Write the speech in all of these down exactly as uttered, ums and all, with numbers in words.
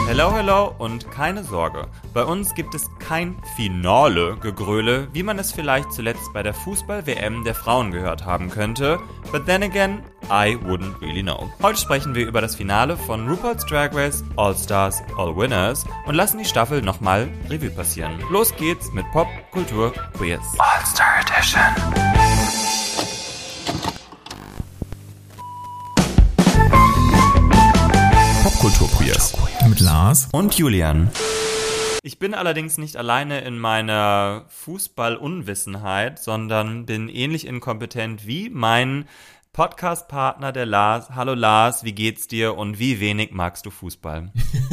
Hello, hello und keine Sorge. Bei uns gibt es kein Finale-Gegröle, wie man es vielleicht zuletzt bei der Fußball-W M der Frauen gehört haben könnte. But then again, I wouldn't really know. Heute sprechen wir über das Finale von RuPaul's Drag Race All Stars, All Winners und lassen die Staffel nochmal Revue passieren. Los geht's mit Pop, Kultur, Queers. All Star Edition. Popkultur-Queers mit Lars und Julian. Ich bin allerdings nicht alleine in meiner Fußball-Unwissenheit, sondern bin ähnlich inkompetent wie mein Podcast-Partner, der Lars. Hallo Lars, wie geht's dir und wie wenig magst du Fußball?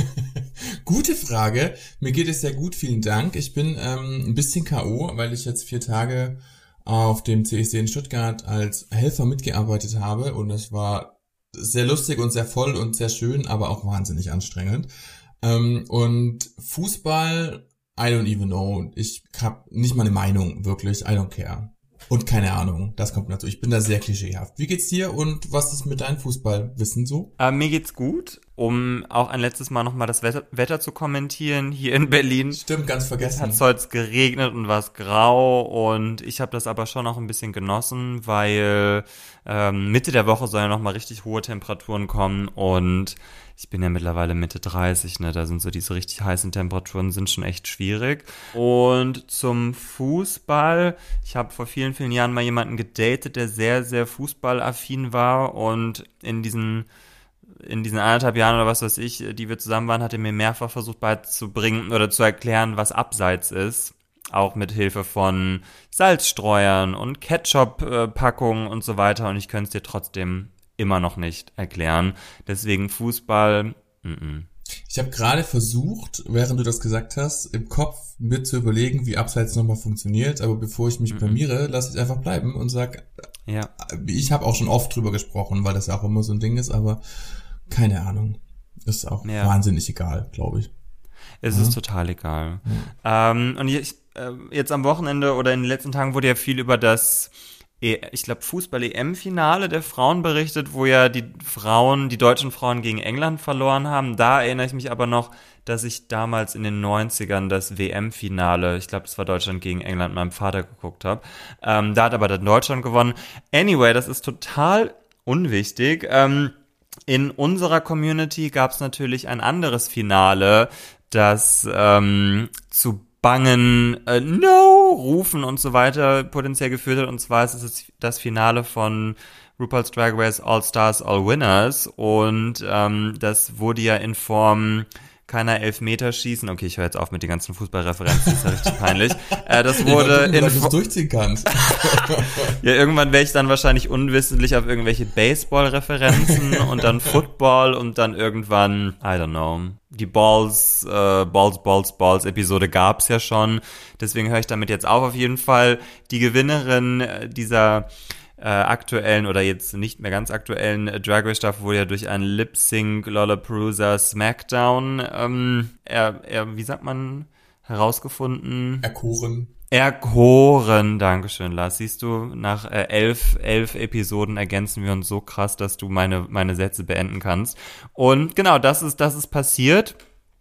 Gute Frage. Mir geht es sehr gut, vielen Dank. Ich bin ähm, ein bisschen K O, weil ich jetzt vier Tage auf dem C S D in Stuttgart als Helfer mitgearbeitet habe und es war sehr lustig und sehr voll und sehr schön, aber auch wahnsinnig anstrengend. Ähm, und Fußball, I don't even know. Ich habe nicht mal eine Meinung, wirklich. I don't care. Und keine Ahnung, das kommt dazu. Ich bin da sehr klischeehaft. Wie geht's dir und was ist mit deinem Fußballwissen so? Äh, mir geht's gut, um auch ein letztes Mal nochmal das Wetter, Wetter zu kommentieren hier in Berlin. Stimmt, ganz vergessen. Es hat heute geregnet und war es grau und ich habe das aber schon auch ein bisschen genossen, weil ähm, Mitte der Woche sollen ja nochmal richtig hohe Temperaturen kommen und ich bin ja mittlerweile Mitte dreißig, ne, da sind so diese richtig heißen Temperaturen, sind schon echt schwierig. Und zum Fußball, ich habe vor vielen, vielen Jahren mal jemanden gedatet, der sehr, sehr fußballaffin war und in diesen in diesen anderthalb Jahren oder was weiß ich, die wir zusammen waren, hat er mir mehrfach versucht beizubringen oder zu erklären, was Abseits ist. Auch mit Hilfe von Salzstreuern und Ketchup-Packungen und so weiter und ich könnte es dir trotzdem immer noch nicht erklären. Deswegen Fußball, mm-mm. Ich habe gerade versucht, während du das gesagt hast, im Kopf mit zu überlegen, wie Abseits nochmal funktioniert, aber bevor ich mich mm-mm. blamiere, lasse ich einfach bleiben und sag, ja. Ich habe auch schon oft drüber gesprochen, weil das ja auch immer so ein Ding ist, aber keine Ahnung. Ist auch ja. wahnsinnig egal, glaube ich. Es ja. ist total egal. Ja. Ähm, und ich, äh, jetzt am Wochenende oder in den letzten Tagen wurde ja viel über das ich glaube, Fußball-E M-Finale der Frauen berichtet, wo ja die Frauen, die deutschen Frauen gegen England verloren haben. Da erinnere ich mich aber noch, dass ich damals in den neunzigern das W M-Finale, ich glaube, es war Deutschland gegen England, mit meinem Vater geguckt habe. Ähm, da hat aber dann Deutschland gewonnen. Anyway, das ist total unwichtig. Ähm, in unserer Community gab es natürlich ein anderes Finale, das ähm, zu Bangen, äh, no, Rufen und so weiter potenziell geführt hat. Und zwar ist es das Finale von RuPaul's Drag Race All Stars, All Winners. Und ähm, das wurde ja in Form keiner Elfmeterschießen. Okay, ich höre jetzt auf mit den ganzen Fußballreferenzen, das ist ja richtig peinlich. Äh, das wurde ja, in Form... durchziehen kannst. Ja, irgendwann wäre ich dann wahrscheinlich unwissentlich auf irgendwelche Baseball-Referenzen und dann Football und dann irgendwann, I don't know, die Balls, äh, Balls, Balls, Balls Episode gab's ja schon. Deswegen höre ich damit jetzt auf. Auf jeden Fall die Gewinnerin dieser äh, aktuellen oder jetzt nicht mehr ganz aktuellen äh, Drag Race Staffel wurde ja durch einen Lip-Sync Lollapalooza Smackdown ähm, er, er, wie sagt man, herausgefunden? Erkoren. Erkoren, Dankeschön, Lars. Siehst du, nach äh, elf, elf Episoden ergänzen wir uns so krass, dass du meine, meine Sätze beenden kannst. Und genau, das ist, das ist passiert.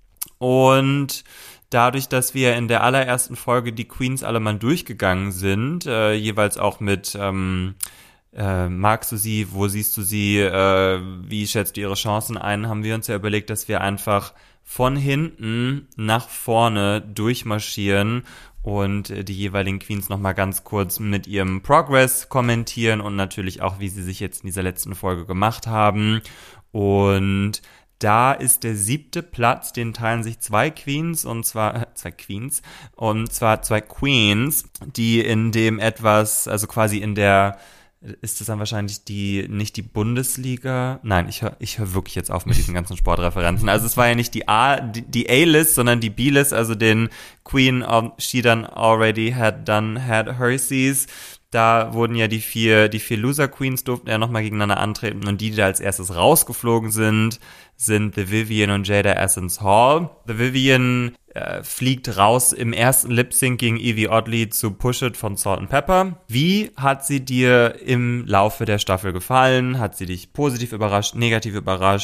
Und dadurch, dass wir in der allerersten Folge die Queens alle mal durchgegangen sind, äh, jeweils auch mit ähm, äh, magst du sie, wo siehst du sie, äh, wie schätzt du ihre Chancen ein, haben wir uns ja überlegt, dass wir einfach von hinten nach vorne durchmarschieren und die jeweiligen Queens nochmal ganz kurz mit ihrem Progress kommentieren und natürlich auch, wie sie sich jetzt in dieser letzten Folge gemacht haben. Und da ist der siebte Platz, den teilen sich zwei Queens, und zwar, äh, zwei Queens, und zwar zwei Queens, die in dem etwas, also quasi in der, ist das dann wahrscheinlich die, nicht die Bundesliga? Nein, ich höre ich hör wirklich jetzt auf mit diesen ganzen Sportreferenzen. Also es war ja nicht die A, die, die A-List, sondern die B-List, also den Queen of She Done Already Had Done Had Herseys. Da wurden ja die vier, die vier Loser Queens durften ja nochmal gegeneinander antreten und die, die da als erstes rausgeflogen sind, sind The Vivienne und Jada Essence Hall. The Vivienne äh, fliegt raus im ersten Lip-Sync gegen Yvie Oddly zu Push It von Salt and Pepper. Wie hat sie dir im Laufe der Staffel gefallen? Hat sie dich positiv überrascht, negativ überrascht?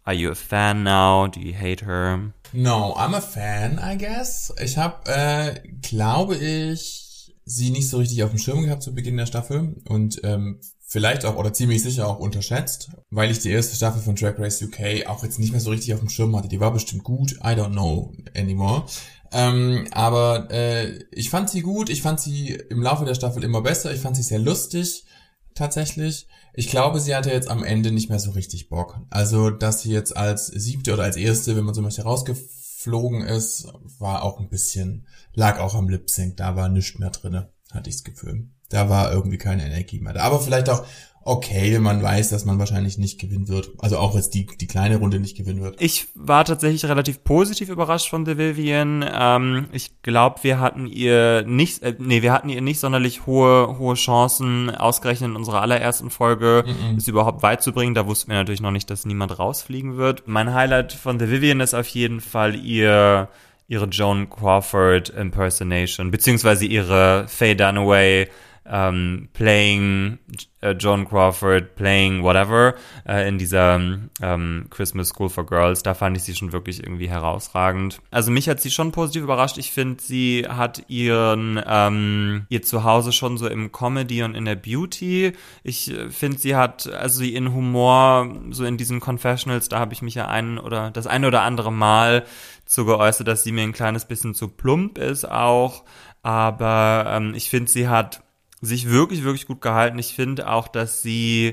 Are you a fan now? Do you hate her? No, I'm a fan, I guess. Ich habe, äh, glaube ich, sie nicht so richtig auf dem Schirm gehabt zu Beginn der Staffel und ähm, vielleicht auch, oder ziemlich sicher auch unterschätzt, weil ich die erste Staffel von Drag Race U K auch jetzt nicht mehr so richtig auf dem Schirm hatte. Die war bestimmt gut, I don't know anymore. Ähm, aber äh, ich fand sie gut, ich fand sie im Laufe der Staffel immer besser, ich fand sie sehr lustig, tatsächlich. Ich glaube, sie hatte jetzt am Ende nicht mehr so richtig Bock. Also, dass sie jetzt als siebte oder als erste, wenn man so möchte, rausgeflogen ist, war auch ein bisschen, lag auch am Lip-Sync, da war nichts mehr drinne, hatte ich das Gefühl. Da war irgendwie keine Energie mehr da. Aber vielleicht auch okay, wenn man weiß, dass man wahrscheinlich nicht gewinnen wird. Also auch jetzt die die kleine Runde nicht gewinnen wird. Ich war tatsächlich relativ positiv überrascht von The Vivienne. Ähm, ich glaube, wir hatten ihr nicht, äh, nee, wir hatten ihr nicht sonderlich hohe hohe Chancen, ausgerechnet in unserer allerersten Folge, mm-mm. es überhaupt weit zu bringen. Da wussten wir natürlich noch nicht, dass niemand rausfliegen wird. Mein Highlight von The Vivienne ist auf jeden Fall ihr ihre Joan Crawford Impersonation, beziehungsweise ihre Faye Dunaway Um, playing uh, Joan Crawford, playing whatever uh, in dieser um, Christmas School for Girls. Da fand ich sie schon wirklich irgendwie herausragend. Also mich hat sie schon positiv überrascht. Ich finde, sie hat ihren um, ihr Zuhause schon so im Comedy und in der Beauty. Ich finde, sie hat also ihren Humor so in diesen Confessionals, da habe ich mich ja ein oder das eine oder andere Mal zu geäußert, dass sie mir ein kleines bisschen zu plump ist auch. Aber ähm, ich finde, sie hat sich wirklich, wirklich gut gehalten. Ich finde auch, dass sie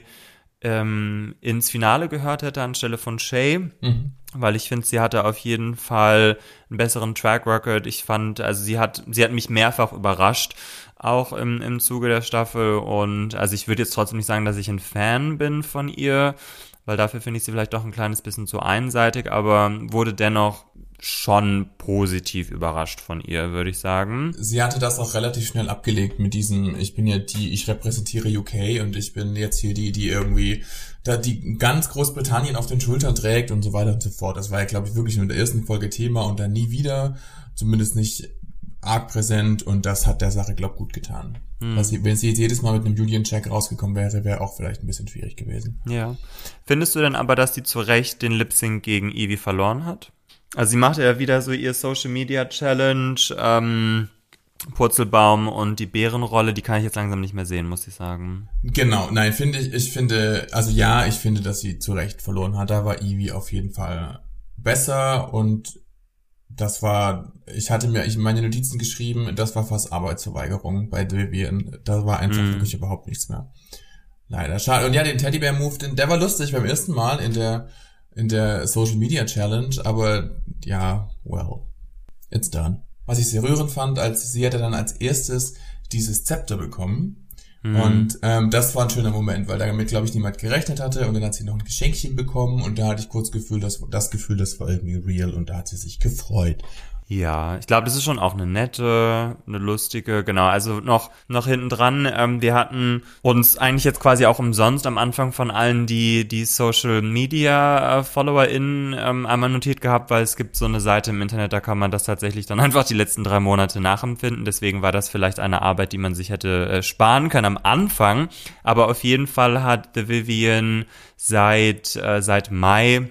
ähm, ins Finale gehört hätte anstelle von Shay, mhm. weil ich finde, sie hatte auf jeden Fall einen besseren Track Record. Ich fand, also sie hat, sie hat mich mehrfach überrascht, auch im, im Zuge der Staffel. Und also ich würde jetzt trotzdem nicht sagen, dass ich ein Fan bin von ihr, weil dafür finde ich sie vielleicht doch ein kleines bisschen zu einseitig, aber wurde dennoch schon positiv überrascht von ihr, würde ich sagen. Sie hatte das auch relativ schnell abgelegt mit diesem, ich bin ja die, ich repräsentiere U K und ich bin jetzt hier die, die irgendwie da die ganz Großbritannien auf den Schultern trägt und so weiter und so fort. Das war ja, glaube ich, wirklich nur in der ersten Folge Thema und dann nie wieder, zumindest nicht arg präsent und das hat der Sache, glaube ich, gut getan. Hm. Was, wenn sie jetzt jedes Mal mit einem Julian-Check rausgekommen wäre, wäre auch vielleicht ein bisschen schwierig gewesen. Ja. Findest du denn aber, dass sie zu Recht den Lip-Sync gegen Evie verloren hat? Also sie macht ja wieder so ihr Social Media Challenge, ähm, Purzelbaum und die Bärenrolle, die kann ich jetzt langsam nicht mehr sehen, muss ich sagen. Genau, nein, finde ich, ich finde, also ja, ich finde, dass sie zu Recht verloren hat. Da war Evie auf jeden Fall besser und das war, ich hatte mir ich meine Notizen geschrieben, das war fast Arbeitsverweigerung bei Vivienne. Da war einfach mm. wirklich überhaupt nichts mehr. Leider, schade. Und ja, den Teddybär-Move, den, der war lustig beim ersten Mal in der in der Social Media Challenge, aber ja, well, it's done. Was ich sehr rührend fand, als sie hatte dann als erstes dieses Zepter bekommen mhm. und ähm, das war ein schöner Moment, weil damit, glaube ich, niemand gerechnet hatte und dann hat sie noch ein Geschenkchen bekommen und da hatte ich kurz Gefühl, das, das Gefühl, das war irgendwie real und da hat sie sich gefreut. Ja, ich glaube, das ist schon auch eine nette, eine lustige, genau, also noch noch hinten dran, ähm, wir hatten uns eigentlich jetzt quasi auch umsonst am Anfang von allen die die Social Media äh, FollowerInnen ähm, einmal notiert gehabt, weil es gibt so eine Seite im Internet, da kann man das tatsächlich dann einfach die letzten drei Monate nachempfinden, deswegen war das vielleicht eine Arbeit, die man sich hätte äh, sparen können am Anfang, aber auf jeden Fall hat The Vivienne seit äh, seit Mai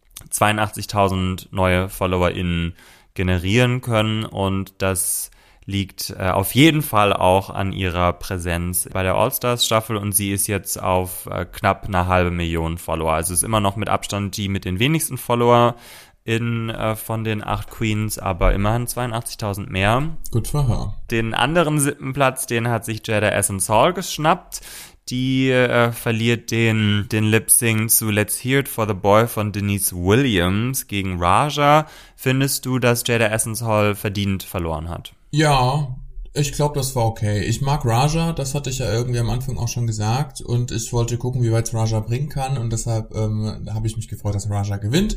zweiundachtzigtausend neue FollowerInnen generieren können und das liegt äh, auf jeden Fall auch an ihrer Präsenz bei der All-Stars-Staffel und sie ist jetzt auf äh, knapp eine halbe Million Follower. Also ist immer noch mit Abstand die mit den wenigsten Follower in äh, von den acht Queens, aber immerhin zweiundachtzigtausend mehr. Gut für her. Den anderen siebten Platz, den hat sich Jada Essence Hall geschnappt. Die äh, verliert den den Lip-Sync zu Let's Hear It for the Boy von Denise Williams gegen Raja. Findest du, dass Jada Essence Hall verdient verloren hat? Ja, ich glaube, das war okay. Ich mag Raja, das hatte ich ja irgendwie am Anfang auch schon gesagt und ich wollte gucken, wie weit es Raja bringen kann und deshalb ähm, habe ich mich gefreut, dass Raja gewinnt.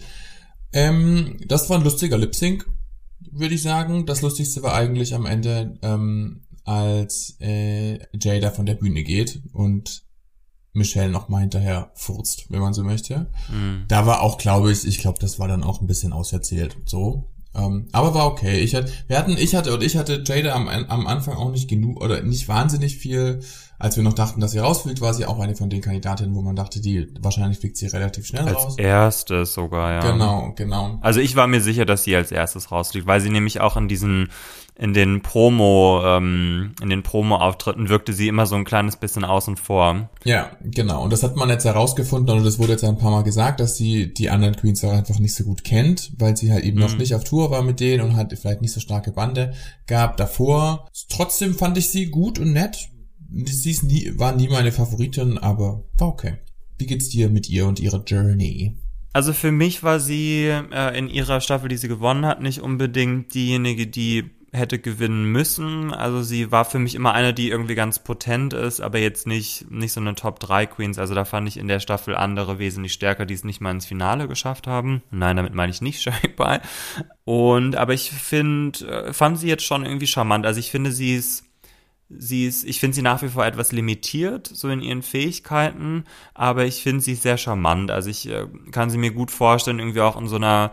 Ähm, das war ein lustiger Lip-Sync, würde ich sagen. Das Lustigste war eigentlich am Ende ähm, als äh, Jada von der Bühne geht und Michelle noch mal hinterher furzt, wenn man so möchte. Mhm. Da war auch, glaube ich, ich glaube, das war dann auch ein bisschen auserzählt, so. Ähm, aber war okay. Ich hatte, wir hatten, ich hatte und ich hatte Jada am am Anfang auch nicht genug oder nicht wahnsinnig viel als wir noch dachten, dass sie rausfliegt, war sie auch eine von den Kandidatinnen, wo man dachte, die wahrscheinlich fliegt sie relativ schnell als raus. Als erstes sogar, ja. Genau, genau. Also ich war mir sicher, dass sie als erstes rausfliegt, weil sie nämlich auch in diesen, in den Promo, ähm, in den Promo-Auftritten wirkte sie immer so ein kleines bisschen außen vor. Ja, genau. Und das hat man jetzt herausgefunden, und das wurde jetzt ein paar Mal gesagt, dass sie die anderen Queens auch einfach nicht so gut kennt, weil sie halt eben mhm. noch nicht auf Tour war mit denen und hat vielleicht nicht so starke Bande gab davor. Trotzdem fand ich sie gut und nett. Sie ist nie, war nie meine Favoritin, aber war okay. Wie geht's dir mit ihr und ihrer Journey? Also für mich war sie äh, in ihrer Staffel, die sie gewonnen hat, nicht unbedingt diejenige, die hätte gewinnen müssen. Also sie war für mich immer eine, die irgendwie ganz potent ist, aber jetzt nicht nicht so eine Top drei Queens. Also da fand ich in der Staffel andere wesentlich stärker, die es nicht mal ins Finale geschafft haben. Nein, damit meine ich nicht Sherry Pie. Und aber ich finde, fand sie jetzt schon irgendwie charmant. Also ich finde, sie ist Sie ist, ich finde sie nach wie vor etwas limitiert, so in ihren Fähigkeiten, aber ich finde sie sehr charmant. Also ich äh, kann sie mir gut vorstellen, irgendwie auch in so einer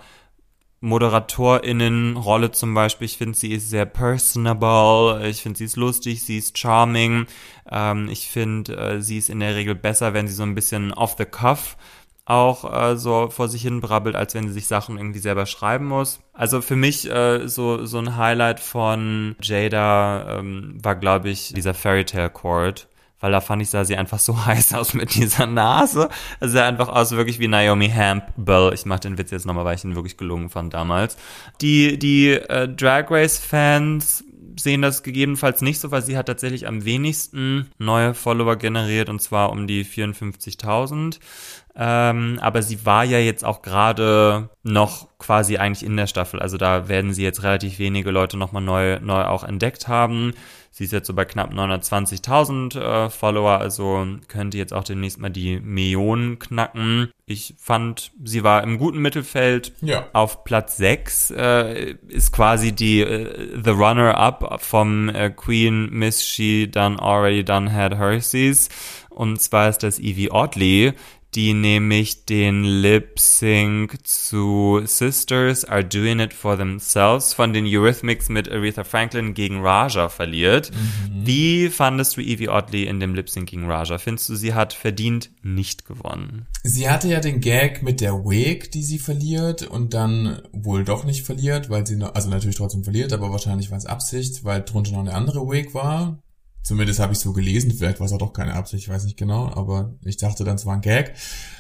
ModeratorInnen-Rolle zum Beispiel. Ich finde, sie ist sehr personable, ich finde, sie ist lustig, sie ist charming. Ähm, ich finde, äh, sie ist in der Regel besser, wenn sie so ein bisschen off the cuff auch äh, so vor sich hin brabbelt, als wenn sie sich Sachen irgendwie selber schreiben muss. Also für mich äh, so so ein Highlight von Jada ähm, war, glaube ich, dieser Fairy Tale Court, weil da fand ich, sah sie einfach so heiß aus mit dieser Nase. Also sah einfach aus wirklich wie Naomi Campbell. Ich mache den Witz jetzt nochmal, weil ich ihn wirklich gelungen fand damals. Die die äh, Drag Race Fans sehen das gegebenenfalls nicht so, weil sie hat tatsächlich am wenigsten neue Follower generiert, und zwar um die vierundfünfzigtausend. Ähm, aber sie war ja jetzt auch gerade noch quasi eigentlich in der Staffel. Also da werden sie jetzt relativ wenige Leute nochmal neu, neu auch entdeckt haben. Sie ist jetzt so bei knapp neunhundertzwanzigtausend äh, Follower, also könnte jetzt auch demnächst mal die Millionen knacken. Ich fand, sie war im guten Mittelfeld. Ja. Auf Platz sechs äh, ist quasi die äh, the Runner-up vom äh, Queen Miss She Done Already Done Had Hersies. Und zwar ist das Yvie Oddly, die nämlich den Lip-Sync zu Sisters Are Doing It For Themselves von den Eurythmics mit Aretha Franklin gegen Raja verliert. Mhm. Wie fandest du Yvie Oddly in dem Lip-Sync gegen Raja? Findest du, sie hat verdient nicht gewonnen? Sie hatte ja den Gag mit der Wig, die sie verliert und dann wohl doch nicht verliert, weil sie, noch, also natürlich trotzdem verliert, aber wahrscheinlich war es Absicht, weil drunter noch eine andere Wig war. Zumindest habe ich so gelesen, vielleicht war es auch doch keine Absicht, ich weiß nicht genau, aber ich dachte dann, es war ein Gag.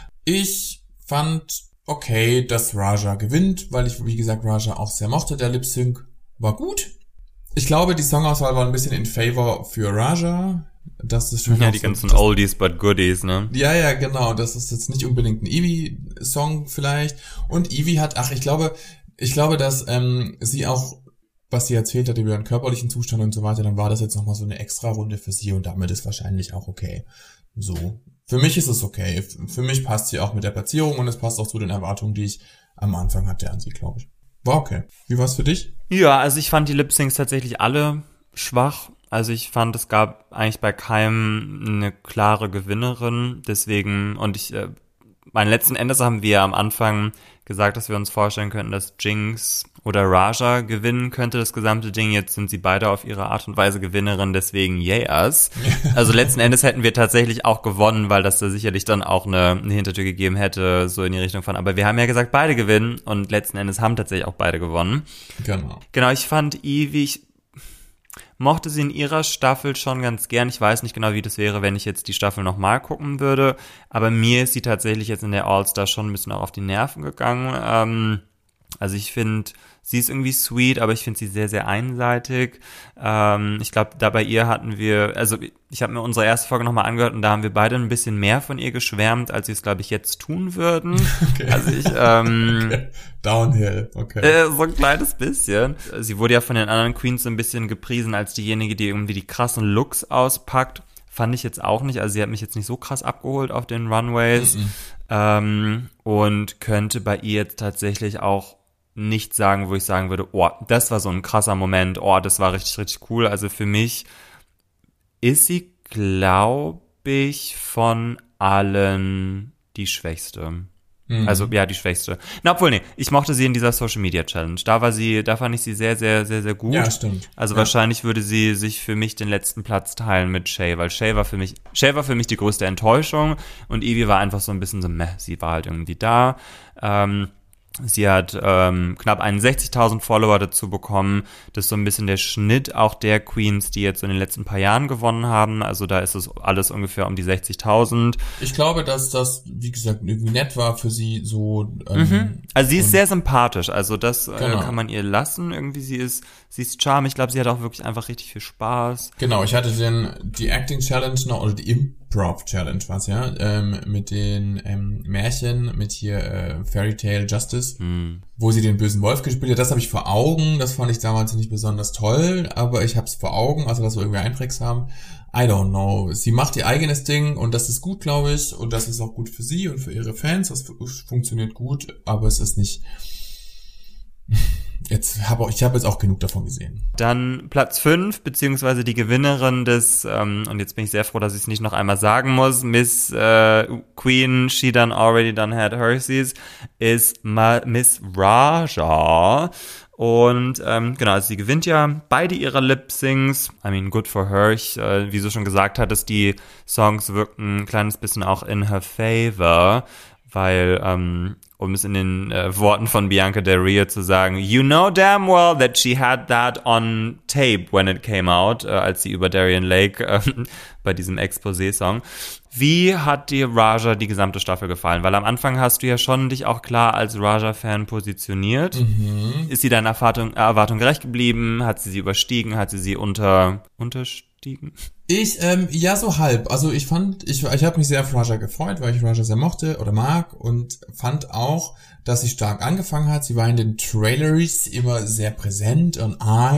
Ich fand okay, dass Raja gewinnt, weil ich, wie gesagt, Raja auch sehr mochte. Der Lip-Sync war gut. Ich glaube, die Songauswahl war ein bisschen in favor für Raja. Das ist schon ja, die so, ganzen das, Oldies but Goodies, ne? Ja, ja, genau. Das ist jetzt nicht unbedingt ein Yvie-Song vielleicht. Und Yvie hat, ach, ich glaube, ich glaube, dass ähm, sie auch, was sie erzählt hat über ihren körperlichen Zustand und so weiter, dann war das jetzt nochmal so eine extra Runde für sie und damit ist wahrscheinlich auch okay. So. Für mich ist es okay. Für mich passt sie auch mit der Platzierung und es passt auch zu den Erwartungen, die ich am Anfang hatte an sie, glaube ich. War okay. Wie war's für dich? Ja, also ich fand die Lip-Syncs tatsächlich alle schwach. Also ich fand, es gab eigentlich bei keinem eine klare Gewinnerin. Deswegen, und ich, äh, mein letzten Endes haben wir am Anfang gesagt, dass wir uns vorstellen könnten, dass Jinx oder Raja gewinnen könnte, das gesamte Ding. Jetzt sind sie beide auf ihre Art und Weise Gewinnerin, deswegen yes. Also letzten Endes hätten wir tatsächlich auch gewonnen, weil das da sicherlich dann auch eine, eine Hintertür gegeben hätte, so in die Richtung von, aber wir haben ja gesagt, beide gewinnen und letzten Endes haben tatsächlich auch beide gewonnen. Genau. Genau, ich fand Yvie, ich mochte sie in ihrer Staffel schon ganz gern. Ich weiß nicht genau, wie das wäre, wenn ich jetzt die Staffel nochmal gucken würde. Aber mir ist sie tatsächlich jetzt in der All-Star schon ein bisschen auch auf die Nerven gegangen. Ähm, also ich finde, sie ist irgendwie sweet, aber ich finde sie sehr, sehr einseitig. Ähm, ich glaube, da bei ihr hatten wir, also ich habe mir unsere erste Folge nochmal angehört und da haben wir beide ein bisschen mehr von ihr geschwärmt, als sie es, glaube ich, jetzt tun würden. Okay. Also ich, ähm, okay. Downhill, okay. Äh, so ein kleines bisschen. Sie wurde ja von den anderen Queens so ein bisschen gepriesen als diejenige, die irgendwie die krassen Looks auspackt. Fand ich jetzt auch nicht. Also sie hat mich jetzt nicht so krass abgeholt auf den Runways. Mm-mm. Ähm, und könnte bei ihr jetzt tatsächlich auch nicht sagen, wo ich sagen würde, oh, das war so ein krasser Moment, oh, das war richtig, richtig cool. Also für mich ist sie, glaube ich, von allen die Schwächste. Mhm. Also, ja, die schwächste. Na, obwohl, nee, ich mochte sie in dieser Social Media Challenge. Da war sie, da fand ich sie sehr, sehr, sehr, sehr gut. Ja, stimmt. Also ja. wahrscheinlich würde sie sich für mich den letzten Platz teilen mit Shay, weil Shay war für mich, Shay war für mich die größte Enttäuschung und Yvie war einfach so ein bisschen so, meh, sie war halt irgendwie da. Ähm, Sie hat ähm, knapp einundsechzigtausend Follower dazu bekommen. Das ist so ein bisschen der Schnitt auch der Queens, die jetzt so in den letzten paar Jahren gewonnen haben. Also da ist es alles ungefähr um die sechzigtausend. Ich glaube, dass das, wie gesagt, irgendwie nett war für sie so. Ähm, mhm. Also sie ist sehr sympathisch. Also das genau. äh, kann man ihr lassen. Irgendwie sie ist, sie ist charming. Ich glaube, sie hat auch wirklich einfach richtig viel Spaß. Genau, ich hatte den die Acting Challenge noch, oder die Improv Challenge war's ja, ähm, mit den ähm, Märchen, mit hier äh, Fairy Tale Justice, hm. wo sie den bösen Wolf gespielt hat. Das habe ich vor Augen, das fand ich damals nicht besonders toll, aber ich habe es vor Augen, also das war irgendwie einprägsam. I don't know. Sie macht ihr eigenes Ding und das ist gut, glaube ich, und das ist auch gut für sie und für ihre Fans. Das funktioniert gut, aber es ist nicht... Jetzt habe ich habe jetzt auch genug davon gesehen. Dann Platz fünf, beziehungsweise die Gewinnerin des, ähm, und jetzt bin ich sehr froh, dass ich es nicht noch einmal sagen muss, Miss äh, Queen, she done already done had hersies, ist Ma- Miss Raja. Und ähm, genau, also sie gewinnt ja beide ihre Lip-Syncs. I mean, good for her. Ich, äh, wie du schon gesagt hattest, die Songs wirken ein kleines bisschen auch in her favor, weil, ähm, um es in den äh, Worten von Bianca Del Rio zu sagen, you know damn well that she had that on tape when it came out, äh, als sie über Darian Lake äh, bei diesem Exposé-Song. Wie hat dir Raja die gesamte Staffel gefallen? Weil am Anfang hast du ja schon dich auch klar als Raja-Fan positioniert. Mhm. Ist sie deiner Erwartung, Erwartung gerecht geblieben? Hat sie sie überstiegen? Hat sie sie unter unterstiegen? Ich, ähm, ja, so halb. Also ich fand, ich, ich habe mich sehr auf Raja gefreut, weil ich Raja sehr mochte oder mag und fand auch, dass sie stark angefangen hat. Sie war in den Trailers immer sehr präsent und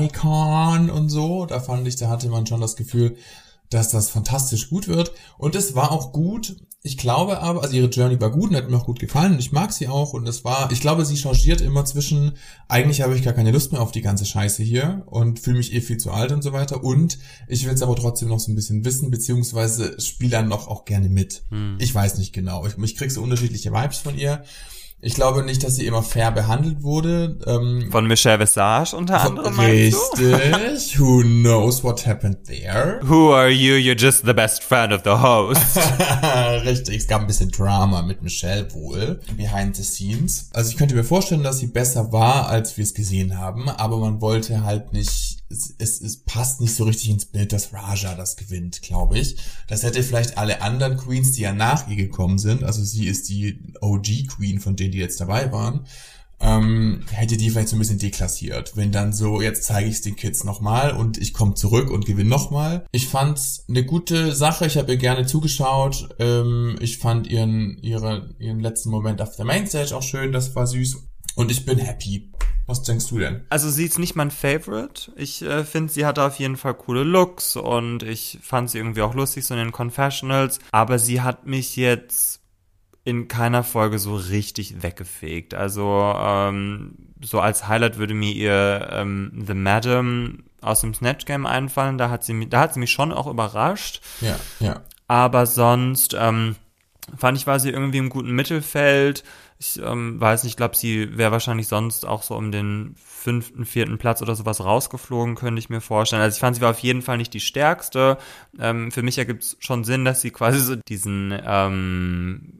Icon und so. Da fand ich, da hatte man schon das Gefühl, dass das fantastisch gut wird. Und es war auch gut. Ich glaube aber, also ihre Journey war gut und hat mir auch gut gefallen und ich mag sie auch und es war, ich glaube, sie changiert immer zwischen, eigentlich habe ich gar keine Lust mehr auf die ganze Scheiße hier und fühle mich eh viel zu alt und so weiter und ich will es aber trotzdem noch so ein bisschen wissen, beziehungsweise spiele dann noch auch gerne mit. Hm. Ich weiß nicht genau. Ich, ich krieg so unterschiedliche Vibes von ihr. Ich glaube nicht, dass sie immer fair behandelt wurde. Ähm, Von Michelle Visage unter anderem. Richtig. Who knows what happened there? Who are you? You're just the best friend of the host. Richtig. Es gab ein bisschen Drama mit Michelle wohl. Behind the scenes. Also ich könnte mir vorstellen, dass sie besser war, als wir es gesehen haben. Aber man wollte halt nicht, es, es, es passt nicht so richtig ins Bild, dass Raja das gewinnt, glaube ich. Das hätte vielleicht alle anderen Queens, die ja nach ihr gekommen sind, also sie ist die O G-Queen von denen, die jetzt dabei waren, ähm, hätte die vielleicht so ein bisschen deklassiert. Wenn dann so, jetzt zeige ich es den Kids nochmal und ich komme zurück und gewinne nochmal. Ich fand's eine gute Sache, ich habe ihr gerne zugeschaut. Ähm, ich fand ihren, ihre, ihren letzten Moment auf der Mainstage auch schön, das war süß. Und ich bin happy. Was denkst du denn? Also sie ist nicht mein Favorite. Ich äh, finde, sie hatte auf jeden Fall coole Looks und ich fand sie irgendwie auch lustig, so in den Confessionals. Aber sie hat mich jetzt in keiner Folge so richtig weggefegt. Also ähm, so als Highlight würde mir ihr ähm, The Madam aus dem Snatch Game einfallen. Da hat sie mich, da hat sie mich schon auch überrascht. Ja, ja. Aber sonst ähm, fand ich, war sie irgendwie im guten Mittelfeld. Ich ähm, weiß nicht, ich glaube, sie wäre wahrscheinlich sonst auch so um den fünften, vierten Platz oder sowas rausgeflogen, könnte ich mir vorstellen. Also ich fand, sie war auf jeden Fall nicht die stärkste. Ähm, für mich ergibt es schon Sinn, dass sie quasi so diesen ähm,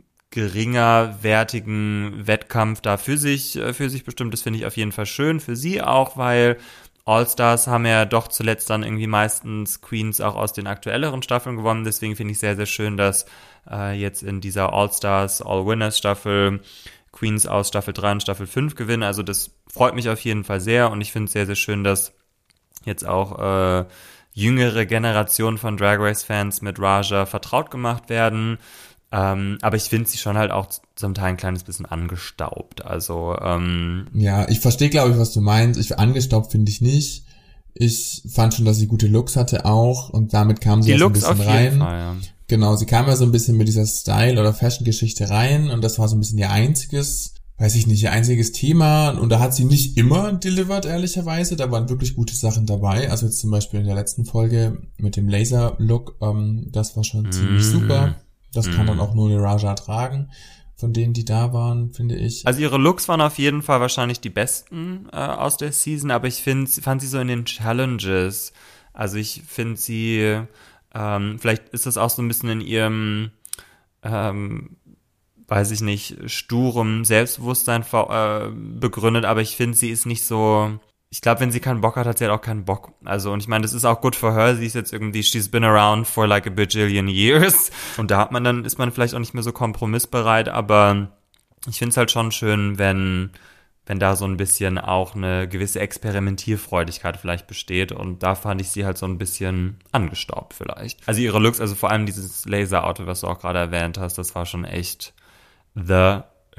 geringerwertigen Wettkampf da für sich, für sich bestimmt. Das finde ich auf jeden Fall schön. Für sie auch, weil All-Stars haben ja doch zuletzt dann irgendwie meistens Queens auch aus den aktuelleren Staffeln gewonnen. Deswegen finde ich sehr, sehr schön, dass äh, jetzt in dieser All-Stars, All-Winners-Staffel Queens aus Staffel drei und Staffel fünf gewinnen. Also das freut mich auf jeden Fall sehr und ich finde es sehr, sehr schön, dass jetzt auch äh, jüngere Generationen von Drag Race-Fans mit Raja vertraut gemacht werden. Ähm, aber ich finde sie schon halt auch zum Teil ein kleines bisschen angestaubt. Also ähm, ja, ich verstehe, glaube ich, was du meinst. Ich angestaubt finde ich nicht. Ich fand schon, dass sie gute Looks hatte auch und damit kam sie die so ein Looks bisschen auf rein. Jeden Fall, ja. Genau, sie kam ja so ein bisschen mit dieser Style- oder Fashion-Geschichte rein und das war so ein bisschen ihr einziges, weiß ich nicht, ihr einziges Thema und da hat sie nicht immer delivered, ehrlicherweise. Da waren wirklich gute Sachen dabei. Also jetzt zum Beispiel in der letzten Folge mit dem Laser-Look, ähm, das war schon mm. ziemlich super. Das kann dann auch nur eine Raja tragen. von denen, die da waren, finde ich. Also ihre Looks waren auf jeden Fall wahrscheinlich die besten äh, aus der Season, aber ich find, fand sie so in den Challenges, also ich finde sie, ähm, vielleicht ist das auch so ein bisschen in ihrem, ähm, weiß ich nicht, sturem Selbstbewusstsein äh, begründet, aber ich finde, sie ist nicht so, ich glaube, wenn sie keinen Bock hat, hat sie halt auch keinen Bock. Also, und ich meine, das ist auch gut für her. Sie ist jetzt irgendwie, she's been around for like a bajillion years. Und da hat man dann, ist man vielleicht auch nicht mehr so kompromissbereit, aber ich finde es halt schon schön, wenn, wenn da so ein bisschen auch eine gewisse Experimentierfreudigkeit vielleicht besteht. Und da fand ich sie halt so ein bisschen angestaubt vielleicht. Also ihre Looks, also vor allem dieses Laser-Auto, was du auch gerade erwähnt hast, das war schon echt the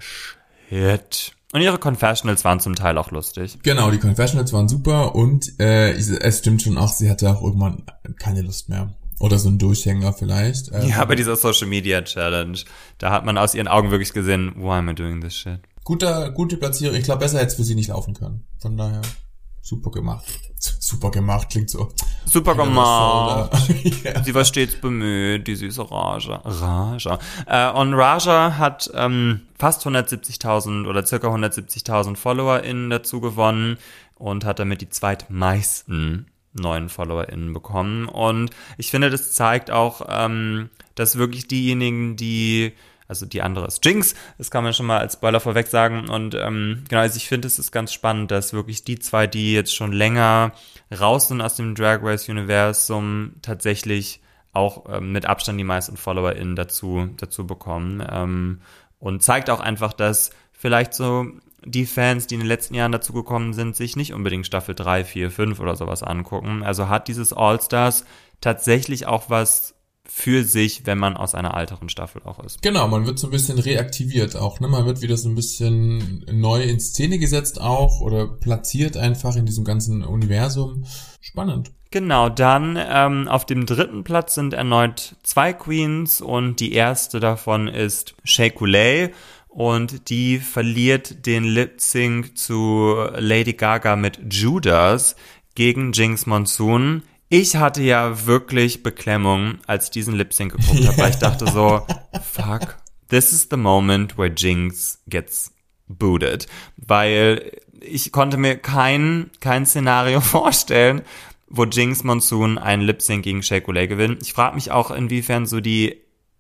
shit. Und ihre Confessionals waren zum Teil auch lustig. Genau, die Confessionals waren super und äh, es stimmt schon auch, sie hatte auch irgendwann keine Lust mehr. Oder so ein Durchhänger vielleicht. Ähm, ja, bei dieser Social Media Challenge, da hat man aus ihren Augen wirklich gesehen, why am I doing this shit? Guter, gute Platzierung. Ich glaube, besser hätte es für sie nicht laufen können. Von daher, super gemacht. Super gemacht, klingt so. Super gemacht. ja. Sie war stets bemüht, die süße Raja. Raja. Äh, und Raja hat ähm, fast hundertsiebzigtausend oder circa hundertsiebzigtausend FollowerInnen dazu gewonnen und hat damit die zweitmeisten neuen FollowerInnen bekommen. Und ich finde, das zeigt auch, ähm, dass wirklich diejenigen, die also die andere ist Jinx, das kann man schon mal als Spoiler vorweg sagen. Und ähm, genau, also ich finde, es ist ganz spannend, dass wirklich die zwei, die jetzt schon länger raus sind aus dem Drag Race-Universum, tatsächlich auch ähm, mit Abstand die meisten FollowerInnen dazu, dazu bekommen. Ähm, und zeigt auch einfach, dass vielleicht so die Fans, die in den letzten Jahren dazu gekommen sind, sich nicht unbedingt Staffel drei, vier, fünf oder sowas angucken. Also hat dieses All-Stars tatsächlich auch was für sich, wenn man aus einer älteren Staffel auch ist. Genau, man wird so ein bisschen reaktiviert auch, ne? Man wird wieder so ein bisschen neu in Szene gesetzt auch oder platziert einfach in diesem ganzen Universum. Spannend. Genau, dann ähm, auf dem dritten Platz sind erneut zwei Queens und die erste davon ist Shea Coulee und die verliert den Lip-Sync zu Lady Gaga mit Judas gegen Jinx Monsoon. Ich hatte ja wirklich Beklemmung, als ich diesen Lip-Sync geguckt habe, weil ich dachte so, fuck, this is the moment where Jinx gets booted. Weil ich konnte mir kein, kein Szenario vorstellen, wo Jinx Monsoon einen Lip-Sync gegen Shea Coulee gewinnt. Ich frage mich auch, inwiefern so die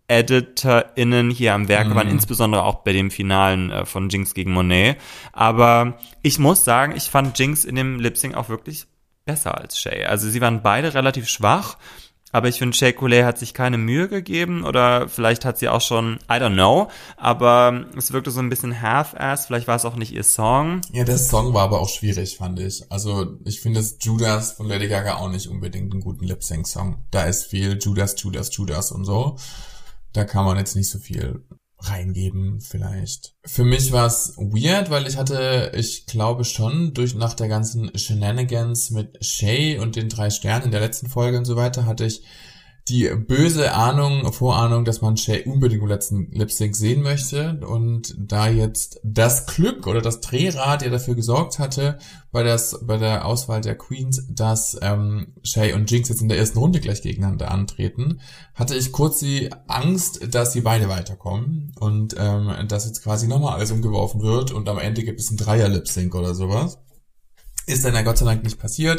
EditorInnen hier am Werk mm. waren, insbesondere auch bei dem Finalen äh, von Jinx gegen Monet. Aber ich muss sagen, ich fand Jinx in dem Lip-Sync auch wirklich besser als Shea. Also sie waren beide relativ schwach, aber ich finde, Shea Coulee hat sich keine Mühe gegeben oder vielleicht hat sie auch schon, I don't know, aber es wirkte so ein bisschen half-assed, vielleicht war es auch nicht ihr Song. Ja, der Song war aber auch schwierig, fand ich. Also ich finde das Judas von Lady Gaga auch nicht unbedingt einen guten Lip-Sync-Song. Da ist viel Judas, Judas, Judas und so. Da kann man jetzt nicht so viel reingeben vielleicht. Für mich war es weird, weil ich hatte, ich glaube schon, durch nach der ganzen Shenanigans mit Shea und den drei Sternen in der letzten Folge und so weiter, hatte ich die böse Ahnung, Vorahnung, dass man Shea unbedingt im letzten Lip-Sync sehen möchte. Und da jetzt das Glück oder das Drehrad ja dafür gesorgt hatte, bei, das, bei der Auswahl der Queens, dass ähm, Shea und Jinx jetzt in der ersten Runde gleich gegeneinander antreten, hatte ich kurz die Angst, dass sie beide weiterkommen und ähm, dass jetzt quasi nochmal alles umgeworfen wird und am Ende gibt es einen Dreier-Lip-Sync oder sowas. Ist dann ja Gott sei Dank nicht passiert.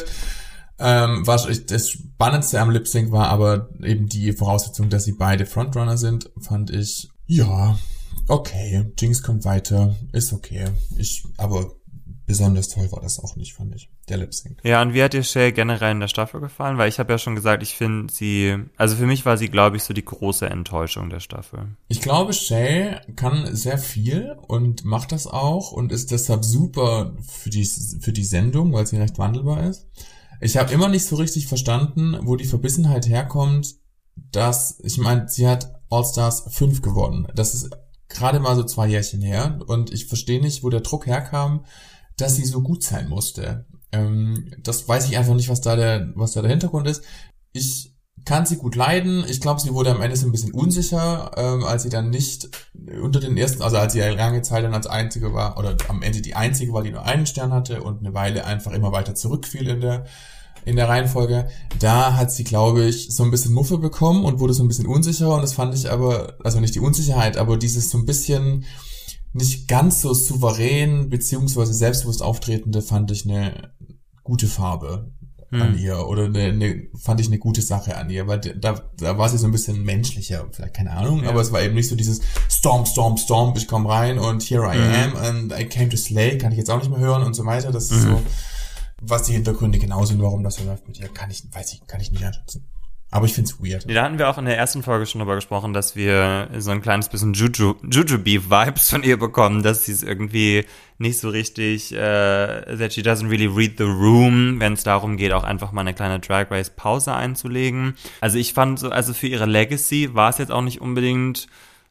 Ähm, war das Spannendste am Lip-Sync war aber eben die Voraussetzung, dass sie beide Frontrunner sind, fand ich, ja, okay, Jinx kommt weiter, ist okay. Ich, aber besonders toll war das auch nicht, fand ich, der Lip-Sync. Ja, und wie hat dir Shea generell in der Staffel gefallen? Weil ich habe ja schon gesagt, ich finde sie, also für mich war sie, glaube ich, so die große Enttäuschung der Staffel. Ich glaube, Shea kann sehr viel und macht das auch und ist deshalb super für die, für die Sendung, weil sie recht wandelbar ist. Ich habe immer nicht so richtig verstanden, wo die Verbissenheit herkommt, dass, ich meine, sie hat All-Stars fünf gewonnen. Das ist gerade mal so zwei Jährchen her und ich verstehe nicht, wo der Druck herkam, dass sie so gut sein musste. Ähm, das weiß ich einfach nicht, was da der, was da der Hintergrund ist. Ich kann sie gut leiden. Ich glaube, sie wurde am Ende so ein bisschen unsicher, ähm, als sie dann nicht unter den ersten, also als sie ja lange Zeit dann als einzige war, oder am Ende die einzige war, die nur einen Stern hatte und eine Weile einfach immer weiter zurückfiel in der in der Reihenfolge, da hat sie, glaube ich, so ein bisschen Muffe bekommen und wurde so ein bisschen unsicherer und das fand ich aber, also nicht die Unsicherheit, aber dieses so ein bisschen nicht ganz so souverän beziehungsweise selbstbewusst auftretende fand ich eine gute Farbe hm. an ihr oder eine, eine, fand ich eine gute Sache an ihr, weil da, da war sie so ein bisschen menschlicher, vielleicht keine Ahnung, ja. aber es war eben nicht so dieses Stomp, Stomp, Stomp, ich komme rein und here I mhm. am and I came to slay, kann ich jetzt auch nicht mehr hören und so weiter, das ist mhm. so, was die Hintergründe genau sind, warum das so läuft mit ihr, kann ich, weiß ich, kann ich nicht einschätzen. Aber ich find's weird. Da hatten wir auch in der ersten Folge schon drüber gesprochen, dass wir so ein kleines bisschen Juju, Jujubee-Vibes von ihr bekommen, dass sie es irgendwie nicht so richtig, äh, that she doesn't really read the room, wenn es darum geht, auch einfach mal eine kleine Drag Race Pause einzulegen. Also ich fand so, also für ihre Legacy war es jetzt auch nicht unbedingt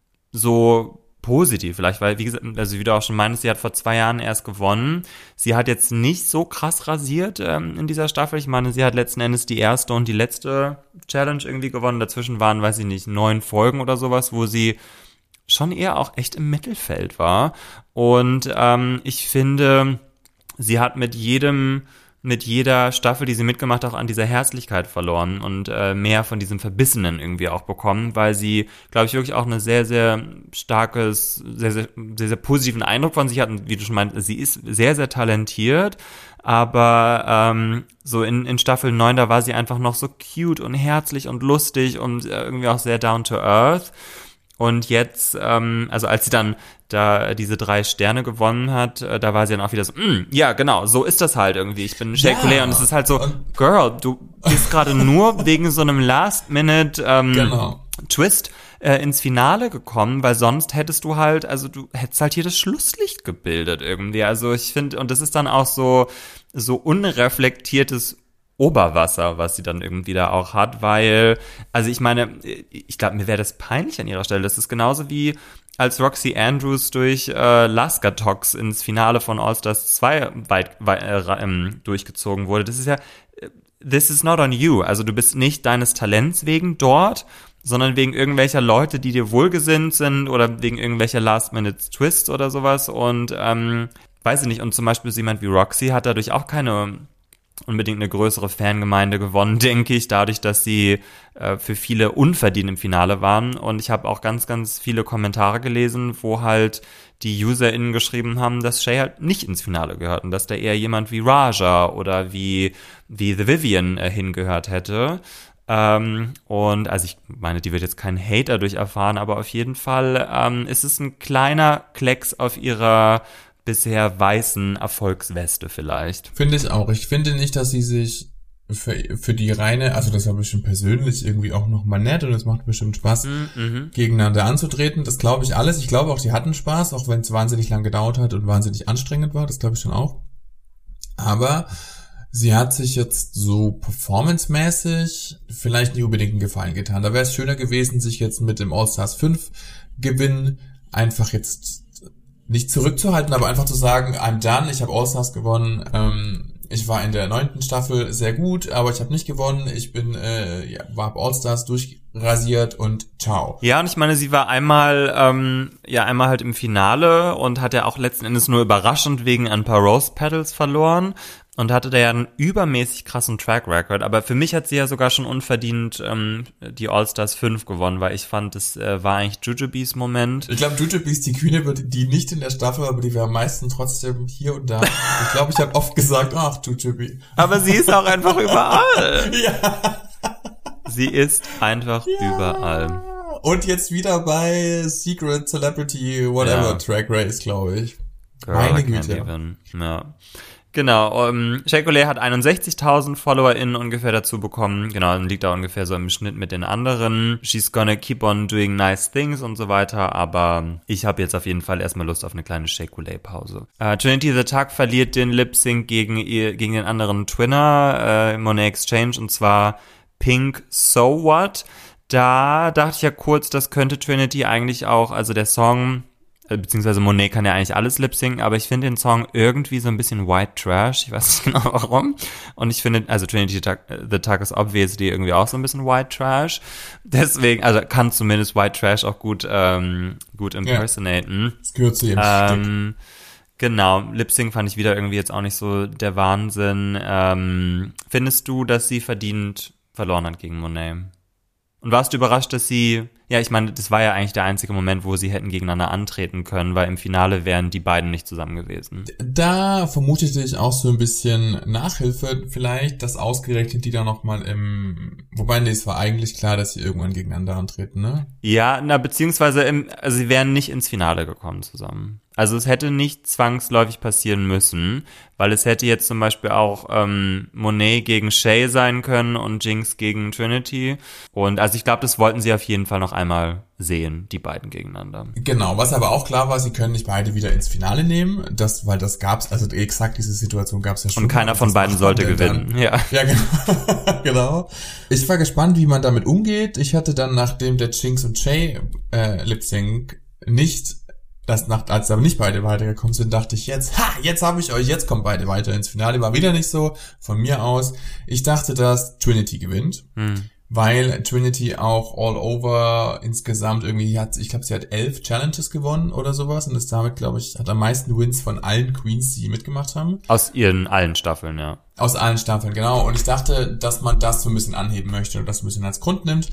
so positiv, vielleicht, weil, wie gesagt, also wie du auch schon meintest, sie hat vor zwei Jahren erst gewonnen. Sie hat jetzt nicht so krass rasiert ähm, in dieser Staffel. Ich meine, sie hat letzten Endes die erste und die letzte Challenge irgendwie gewonnen. Dazwischen waren, weiß ich nicht, neun Folgen oder sowas, wo sie schon eher auch echt im Mittelfeld war. Und ähm, ich finde, sie hat mit jedem mit jeder Staffel, die sie mitgemacht hat, auch an dieser Herzlichkeit verloren und äh, mehr von diesem Verbissenen irgendwie auch bekommen, weil sie, glaube ich, wirklich auch eine sehr, sehr starkes, sehr, sehr, sehr, sehr positiven Eindruck von sich hat. Und wie du schon meintest, sie ist sehr, sehr talentiert, aber ähm, so in, in Staffel neun, da war sie einfach noch so cute und herzlich und lustig und äh, irgendwie auch sehr down to earth. Und jetzt, ähm, also als sie dann da diese drei Sterne gewonnen hat, äh, da war sie dann auch wieder so, mm, ja, genau, so ist das halt irgendwie. Ich bin Shea ja. Coulee und es ist halt so, Girl, du bist gerade nur wegen so einem Last-Minute ähm, genau. Twist äh, ins Finale gekommen, weil sonst hättest du halt, also du hättest halt hier das Schlusslicht gebildet irgendwie. Also ich finde, und das ist dann auch so, so unreflektiertes Oberwasser, was sie dann irgendwie da auch hat, weil, also ich meine, ich glaube, mir wäre das peinlich an ihrer Stelle. Das ist genauso wie als Roxy Andrews durch äh, Laskatox ins Finale von All Stars zwei weit, weit, äh, ähm, durchgezogen wurde. Das ist ja, this is not on you. Also du bist nicht deines Talents wegen dort, sondern wegen irgendwelcher Leute, die dir wohlgesinnt sind oder wegen irgendwelcher Last-Minute-Twists oder sowas und ähm, weiß ich nicht. Und zum Beispiel so jemand wie Roxy hat dadurch auch keine unbedingt eine größere Fangemeinde gewonnen, denke ich, dadurch, dass sie äh, für viele unverdient im Finale waren. Und ich habe auch ganz, ganz viele Kommentare gelesen, wo halt die UserInnen geschrieben haben, dass Shea halt nicht ins Finale gehört und dass da eher jemand wie Raja oder wie, wie The Vivienne äh, hingehört hätte. Ähm, und also ich meine, die wird jetzt keinen Hate dadurch erfahren, aber auf jeden Fall ähm, ist es ein kleiner Klecks auf ihrer bisher weißen Erfolgsweste vielleicht. Finde ich auch. Ich finde nicht, dass sie sich für, für die reine, also das war bestimmt persönlich irgendwie auch nochmal nett und es macht bestimmt Spaß, mhm. gegeneinander anzutreten. Das glaube ich alles. Ich glaube auch, die hatten Spaß, auch wenn es wahnsinnig lang gedauert hat und wahnsinnig anstrengend war. Das glaube ich schon auch. Aber sie hat sich jetzt so performancemäßig vielleicht nicht unbedingt einen Gefallen getan. Da wäre es schöner gewesen, sich jetzt mit dem All-Stars fünf Gewinn einfach jetzt nicht zurückzuhalten, aber einfach zu sagen, I'm done, ich habe All-Stars gewonnen, ähm, ich war in der neunten Staffel sehr gut, aber ich habe nicht gewonnen, ich bin, äh, ja, war All-Stars durchrasiert und ciao. Ja, und ich meine, sie war einmal, ähm, ja, einmal halt im Finale und hat ja auch letzten Endes nur überraschend wegen ein paar Rose Petals verloren und hatte da ja einen übermäßig krassen Track Record, aber für mich hat sie ja sogar schon unverdient ähm, die All-Stars fünf gewonnen, weil ich fand, das äh, war eigentlich Jujubees Moment. Ich glaube, Jujubee ist die Queen, die nicht in der Staffel, aber die wäre am meisten trotzdem hier und da. Ich glaube, ich habe oft gesagt, ach, Jujubee. Aber sie ist auch einfach überall. Ja. Sie ist einfach ja. überall. Und jetzt wieder bei Secret Celebrity Whatever ja. Track Race, glaube ich. Girl, meine Güte. Ja. Genau, um, Shea Coulee hat einundsechzigtausend FollowerInnen ungefähr dazu bekommen. Genau, dann liegt da ungefähr so im Schnitt mit den anderen. She's gonna keep on doing nice things und so weiter. Aber ich habe jetzt auf jeden Fall erstmal Lust auf eine kleine Shea Coulee-Pause. Uh, Trinity the Tuck verliert den Lip-Sync gegen, ihr, gegen den anderen Twinner, uh, Monet Exchange, und zwar Pink So What. Da dachte ich ja kurz, das könnte Trinity eigentlich auch, also der Song, beziehungsweise Monet kann ja eigentlich alles lip-synken, aber ich finde den Song irgendwie so ein bisschen white trash, ich weiß nicht genau warum, und ich finde, also Trinity the Tuck ist obviously irgendwie auch so ein bisschen white trash, deswegen, also kann zumindest white trash auch gut, ähm, gut impersonaten. Ja, das gehört zu ihrem ähm, Stück. Genau, Lip Sync fand ich wieder irgendwie jetzt auch nicht so der Wahnsinn. Ähm, findest du, dass sie verdient verloren hat gegen Monet? Und warst du überrascht, dass sie, ja, ich meine, das war ja eigentlich der einzige Moment, wo sie hätten gegeneinander antreten können, weil im Finale wären die beiden nicht zusammen gewesen. Da vermutete ich auch so ein bisschen Nachhilfe vielleicht, dass ausgerechnet die da nochmal im, wobei, nee, es war eigentlich klar, dass sie irgendwann gegeneinander antreten, ne? Ja, na, beziehungsweise, im, also sie wären nicht ins Finale gekommen zusammen. Also es hätte nicht zwangsläufig passieren müssen, weil es hätte jetzt zum Beispiel auch ähm, Monet gegen Shay sein können und Jinx gegen Trinity. Und also ich glaube, das wollten sie auf jeden Fall noch einmal sehen, die beiden gegeneinander. Genau, was aber auch klar war, sie können nicht beide wieder ins Finale nehmen, das, weil das gab's, also exakt diese Situation gab's ja schon. Und keiner von beiden sollte gewinnen, dann. ja. Ja, genau. genau. Ich war gespannt, wie man damit umgeht. Ich hatte dann, nachdem der Jinx und Shay äh, Lip Sync nicht Das nach, als aber nicht beide weitergekommen sind, dachte ich jetzt, ha, jetzt habe ich euch, jetzt kommen beide weiter ins Finale. War wieder nicht so, von mir aus. Ich dachte, dass Trinity gewinnt, hm. weil Trinity auch all over insgesamt irgendwie hat, ich glaube, sie hat elf Challenges gewonnen oder sowas und ist damit, glaube ich, hat am meisten Wins von allen Queens, die mitgemacht haben. Aus ihren allen Staffeln, ja. Aus allen Staffeln, genau. Und ich dachte, dass man das so ein bisschen anheben möchte und das ein bisschen als Grund nimmt.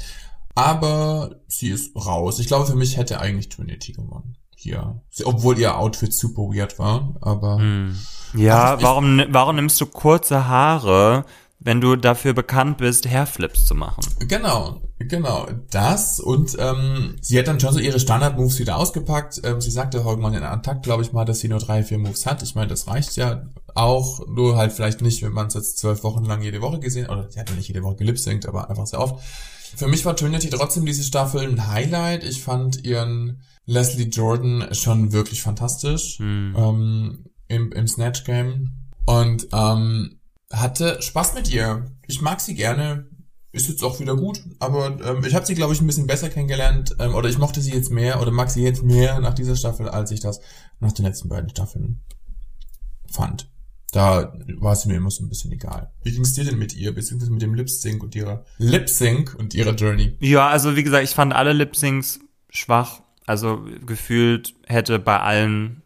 Aber sie ist raus. Ich glaube, für mich hätte eigentlich Trinity gewonnen. Ja, obwohl ihr Outfit super weird war, aber... Hm. Ja, ich, warum warum nimmst du kurze Haare, wenn du dafür bekannt bist, Hairflips zu machen? Genau, genau, das und ähm, sie hat dann schon so ihre Standard-Moves wieder ausgepackt. Ähm, sie sagte irgendwann in einem Takt, glaube ich mal, dass sie nur drei, vier Moves hat. Ich meine, das reicht ja auch, nur halt vielleicht nicht, wenn man es jetzt zwölf Wochen lang jede Woche gesehen, oder sie hat ja nicht jede Woche gelipsingt, aber einfach sehr oft. Für mich war Trinity trotzdem diese Staffel ein Highlight. Ich fand ihren Leslie Jordan schon wirklich fantastisch hm. ähm, im, im Snatch Game und ähm, hatte Spaß mit ihr. Ich mag sie gerne, ist jetzt auch wieder gut, aber ähm, ich habe sie, glaube ich, ein bisschen besser kennengelernt ähm, oder ich mochte sie jetzt mehr oder mag sie jetzt mehr nach dieser Staffel, als ich das nach den letzten beiden Staffeln fand. Da war es mir immer so ein bisschen egal. Wie ging es dir denn mit ihr, beziehungsweise mit dem Lip-Sync und ihrer Lip-Sync und ihrer Journey? Ja, also wie gesagt, ich fand alle Lip-Syncs schwach. Also gefühlt hätte bei allen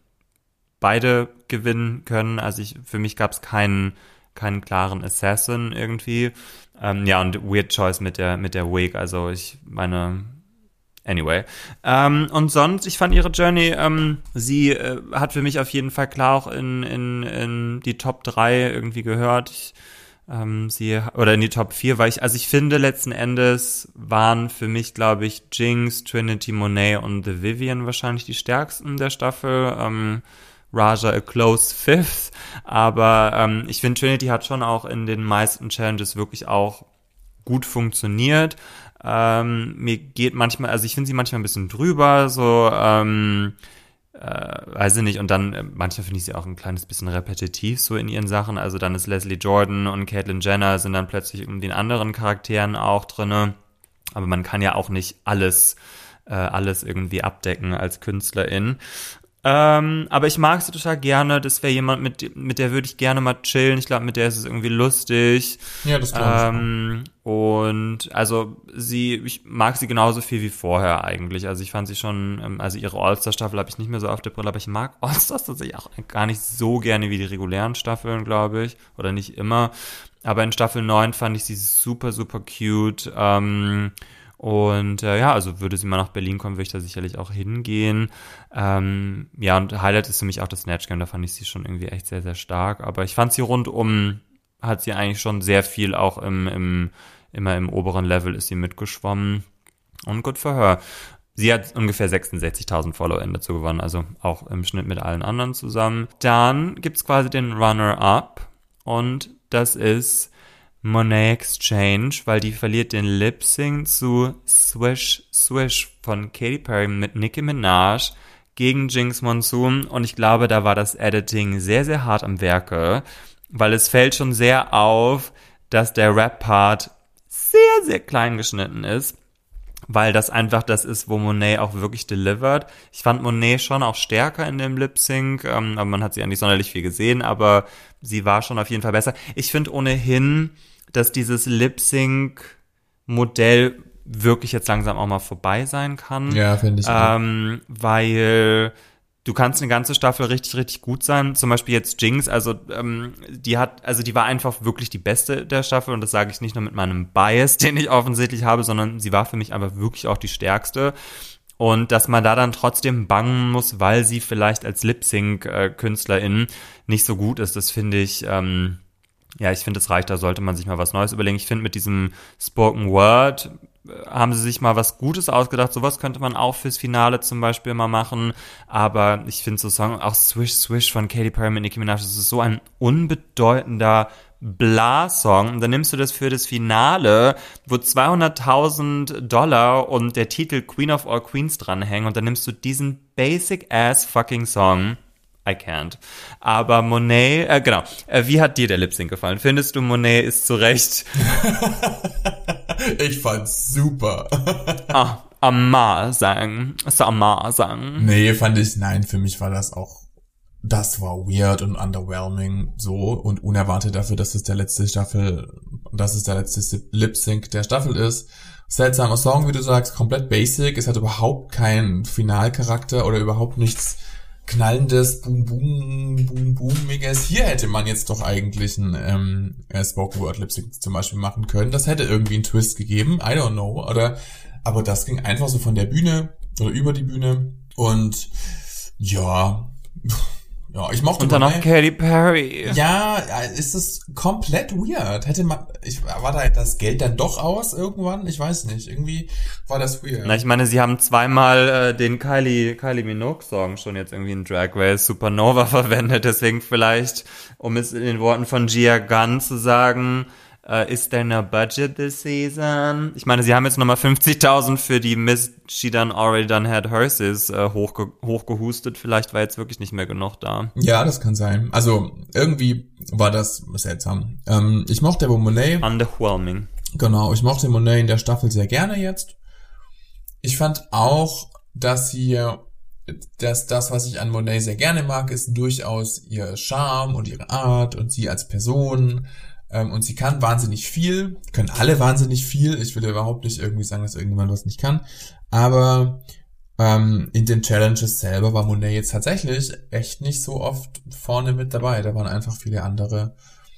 beide gewinnen können. Also ich, für mich gab es keinen keinen klaren Assassin irgendwie. Ähm, ja, und Weird Choice mit der mit der Wig. Also ich meine, anyway. Ähm, und sonst, ich fand ihre Journey, ähm, sie äh, hat für mich auf jeden Fall klar auch in in in die Top drei irgendwie gehört. Ich, Ähm, sie, oder in die Top vier, weil ich, also ich finde, letzten Endes waren für mich, glaube ich, Jinx, Trinity, Monet und The Vivienne wahrscheinlich die stärksten der Staffel. Ähm, Raja a close fifth, aber ähm, ich finde, Trinity hat schon auch in den meisten Challenges wirklich auch gut funktioniert. Ähm, mir geht manchmal, also ich finde sie manchmal ein bisschen drüber, so, ähm, Äh, weiß ich nicht, und dann, äh, manchmal finde ich sie auch ein kleines bisschen repetitiv so in ihren Sachen, also dann ist Leslie Jordan und Caitlyn Jenner sind dann plötzlich in den anderen Charakteren auch drinne, aber man kann ja auch nicht alles, äh, alles irgendwie abdecken als Künstlerin. Ähm, aber ich mag sie total gerne, das wäre jemand, mit, mit der würde ich gerne mal chillen, ich glaube, mit der ist es irgendwie lustig. Ja, das glaube ich. Ähm, und also sie, ich mag sie genauso viel wie vorher eigentlich, also ich fand sie schon, ähm, also ihre All-Star-Staffel habe ich nicht mehr so auf der Brille, aber ich mag All-Stars tatsächlich auch gar nicht so gerne wie die regulären Staffeln, glaube ich, oder nicht immer, aber in Staffel neun fand ich sie super, super cute, ähm, Und äh, ja, also würde sie mal nach Berlin kommen, würde ich da sicherlich auch hingehen. Ähm, ja, und Highlight ist für mich auch das Snatch Game, da fand ich sie schon irgendwie echt sehr, sehr stark. Aber ich fand sie rundum, hat sie eigentlich schon sehr viel auch im, im immer im oberen Level ist sie mitgeschwommen. Und good for her. Sie hat ungefähr sechsundsechzigtausend FollowerInnen dazu gewonnen, also auch im Schnitt mit allen anderen zusammen. Dann gibt's quasi den Runner-Up und das ist Monet Exchange, weil die verliert den Lip-Sync zu Swish Swish von Katy Perry mit Nicki Minaj gegen Jinx Monsoon und ich glaube, da war das Editing sehr, sehr hart am Werke, weil es fällt schon sehr auf, dass der Rap-Part sehr, sehr klein geschnitten ist, weil das einfach das ist, wo Monet auch wirklich delivert. Ich fand Monet schon auch stärker in dem Lip-Sync, ähm, aber man hat sie ja nicht sonderlich viel gesehen, aber sie war schon auf jeden Fall besser. Ich finde ohnehin, dass dieses Lip-Sync-Modell wirklich jetzt langsam auch mal vorbei sein kann. Ja, finde ich auch. Ähm, weil du kannst eine ganze Staffel richtig, richtig gut sein. Zum Beispiel jetzt Jinx, also ähm, die hat, also die war einfach wirklich die beste der Staffel und das sage ich nicht nur mit meinem Bias, den ich offensichtlich habe, sondern sie war für mich einfach wirklich auch die stärkste. Und dass man da dann trotzdem bangen muss, weil sie vielleicht als Lip-Sync-Künstlerin nicht so gut ist, das finde ich, ähm, ja, ich finde, es reicht, da sollte man sich mal was Neues überlegen. Ich finde, mit diesem Spoken Word haben sie sich mal was Gutes ausgedacht. Sowas könnte man auch fürs Finale zum Beispiel mal machen. Aber ich finde so Song, auch Swish Swish von Katy Perry mit Nicki Minaj, das ist so ein unbedeutender Blah-Song. Und dann nimmst du das für das Finale, wo zweihunderttausend Dollar und der Titel Queen of All Queens dranhängen. Und dann nimmst du diesen basic-ass fucking Song. I can't. Aber Monet, äh, genau. Äh, wie hat dir der Lip-Sync gefallen? Findest du, Monet ist zu Recht? Ich fand's super. ah, amazing. So amazing. Nee, fand ich, nein, für mich war das auch, das war weird und underwhelming, so, und unerwartet dafür, dass es der letzte Staffel, dass es der letzte Lip-Sync der Staffel ist. Seltsamer Song, wie du sagst, komplett basic. Es hat überhaupt keinen Finalcharakter oder überhaupt nichts knallendes, boom, boom, boom, boomiges. Hier hätte man jetzt doch eigentlich ein ähm, Spoken Word Lip Sync zum Beispiel machen können. Das hätte irgendwie einen Twist gegeben. I don't know. Oder, aber das ging einfach so von der Bühne oder über die Bühne. Und ja, ja, ich mochte. Und dann noch Katy Perry. Ja, ist das komplett weird. Hätte man, ich, war da das Geld dann doch aus irgendwann? Ich weiß nicht. Irgendwie war das weird. Na, ich meine, sie haben zweimal äh, den Kylie, Kylie Minogue-Song schon jetzt irgendwie in Drag Race Supernova verwendet. Deswegen vielleicht, um es in den Worten von Gia Gunn zu sagen, Uh, is there no budget this season? Ich meine, sie haben jetzt nochmal fünfzigtausend für die Miss She Done Already Done Had Herses uh, hochge- hochgehustet. Vielleicht war jetzt wirklich nicht mehr genug da. Ja, das kann sein. Also irgendwie war das seltsam. Ähm, ich mochte aber Monet. Underwhelming. Genau, ich mochte Monet in der Staffel sehr gerne jetzt. Ich fand auch, dass sie, dass das, was ich an Monet sehr gerne mag, ist durchaus ihr Charme und ihre Art und sie als Person. Und sie kann wahnsinnig viel, können alle wahnsinnig viel. Ich will überhaupt nicht irgendwie sagen, dass irgendjemand was nicht kann. Aber ähm, in den Challenges selber war Monet jetzt tatsächlich echt nicht so oft vorne mit dabei. Da waren einfach viele andere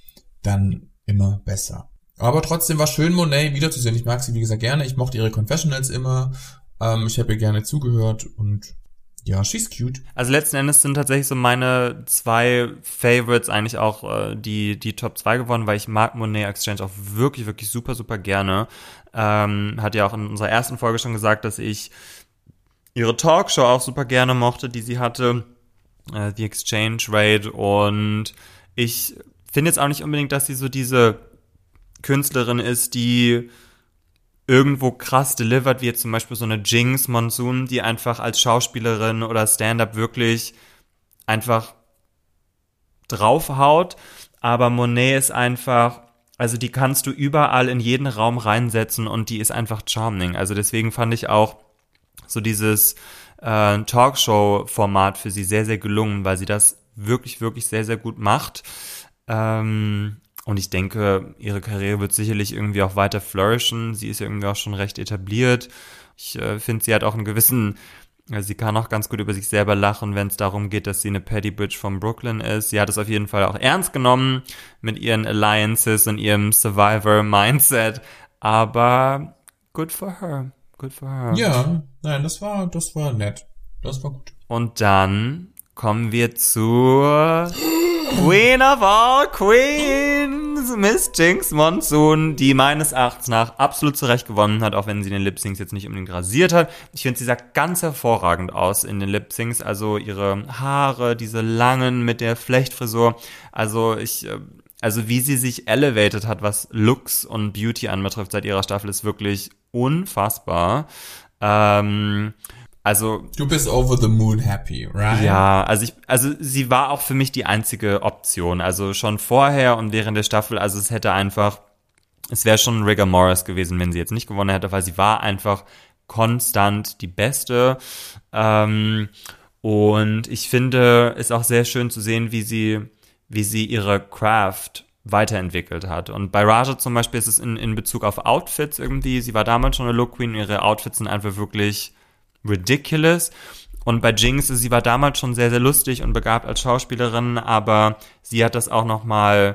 dann immer besser. Aber trotzdem war schön, Monet wiederzusehen. Ich mag sie, wie gesagt, gerne. Ich mochte ihre Confessionals immer. Ähm, ich habe ihr gerne zugehört und ja, she's cute. Also letzten Endes sind tatsächlich so meine zwei Favorites eigentlich auch äh, die die Top zwei geworden, weil ich mag Monet Exchange auch wirklich, wirklich super, super gerne. Ähm, hat ja auch in unserer ersten Folge schon gesagt, dass ich ihre Talkshow auch super gerne mochte, die sie hatte, äh, The Exchange Rate. Und ich finde jetzt auch nicht unbedingt, dass sie so diese Künstlerin ist, die irgendwo krass delivert, wie jetzt zum Beispiel so eine Jinx Monsoon, die einfach als Schauspielerin oder Stand-up wirklich einfach draufhaut. Aber Monet ist einfach, also die kannst du überall in jeden Raum reinsetzen und die ist einfach charming. Also deswegen fand ich auch so dieses äh, Talkshow-Format für sie sehr, sehr gelungen, weil sie das wirklich, wirklich sehr, sehr gut macht. Ähm, Und ich denke, ihre Karriere wird sicherlich irgendwie auch weiter flourishen. Sie ist ja irgendwie auch schon recht etabliert. Ich äh, finde, sie hat auch einen gewissen, also sie kann auch ganz gut über sich selber lachen, wenn es darum geht, dass sie eine Patty Bitch von Brooklyn ist. Sie hat es auf jeden Fall auch ernst genommen mit ihren Alliances und ihrem Survivor-Mindset. Aber good for her. Good for her. Ja, nein, das war, das war nett. Das war gut. Und dann kommen wir zur Queen of all Queens, Miss Jinx Monsoon, die meines Erachtens nach absolut zurecht gewonnen hat, auch wenn sie den Lip-Syncs jetzt nicht unbedingt rasiert hat. Ich finde, sie sah ganz hervorragend aus in den Lip-Syncs, also ihre Haare, diese langen mit der Flechtfrisur, also ich, also wie sie sich elevated hat, was Looks und Beauty anbetrifft seit ihrer Staffel, ist wirklich unfassbar. Ähm, Also, du bist over the moon happy, right? Ja, also ich, also sie war auch für mich die einzige Option. Also schon vorher und während der Staffel, also es hätte einfach, es wäre schon Rigor Morris gewesen, wenn sie jetzt nicht gewonnen hätte, weil sie war einfach konstant die Beste. Ähm, und ich finde es auch sehr schön zu sehen, wie sie, wie sie ihre Craft weiterentwickelt hat. Und bei Raja zum Beispiel ist es in, in Bezug auf Outfits irgendwie, sie war damals schon eine Look Queen, ihre Outfits sind einfach wirklich ridiculous, Und bei Jinx, sie war damals schon sehr, sehr lustig und begabt als Schauspielerin, aber sie hat das auch nochmal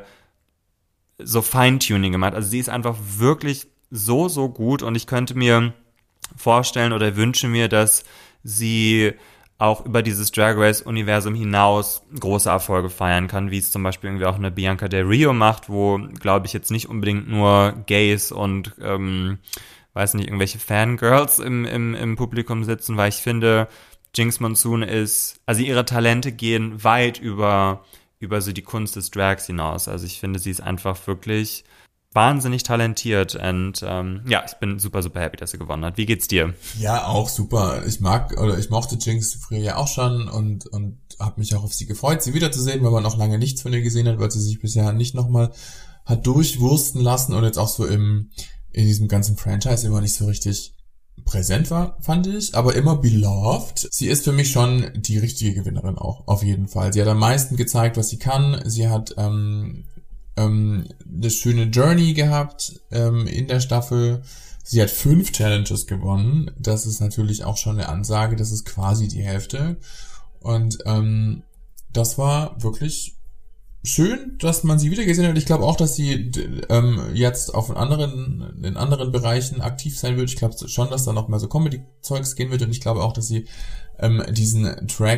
so Feintuning gemacht. Also sie ist einfach wirklich so, so gut und ich könnte mir vorstellen oder wünsche mir, dass sie auch über dieses Drag Race-Universum hinaus große Erfolge feiern kann, wie es zum Beispiel irgendwie auch eine Bianca Del Rio macht, wo, glaube ich, jetzt nicht unbedingt nur Gays und, ähm, weiß nicht, irgendwelche Fangirls im, im, im Publikum sitzen, weil ich finde, Jinx Monsoon ist, also ihre Talente gehen weit über, über so die Kunst des Drags hinaus. Also ich finde, sie ist einfach wirklich wahnsinnig talentiert und ähm, ja, ich bin super, super happy, dass sie gewonnen hat. Wie geht's dir? Ja, auch super. Ich mag, oder ich mochte Jinx früher ja auch schon und und habe mich auch auf sie gefreut, sie wiederzusehen, weil man noch lange nichts von ihr gesehen hat, weil sie sich bisher nicht nochmal hat durchwursten lassen und jetzt auch so im in diesem ganzen Franchise immer nicht so richtig präsent war, fand ich, aber immer beloved. Sie ist für mich schon die richtige Gewinnerin auch, auf jeden Fall. Sie hat am meisten gezeigt, was sie kann. Sie hat ähm, ähm, eine schöne Journey gehabt ähm, in der Staffel. Sie hat fünf Challenges gewonnen. Das ist natürlich auch schon eine Ansage. Das ist quasi die Hälfte. Und ähm, das war wirklich schön, dass man sie wieder gesehen hat. Ich glaube auch, dass sie ähm, jetzt auf anderen, in anderen Bereichen aktiv sein wird. Ich glaube schon, dass da noch mal so Comedy-Zeugs gehen wird. Und ich glaube auch, dass sie ähm, diesen Drag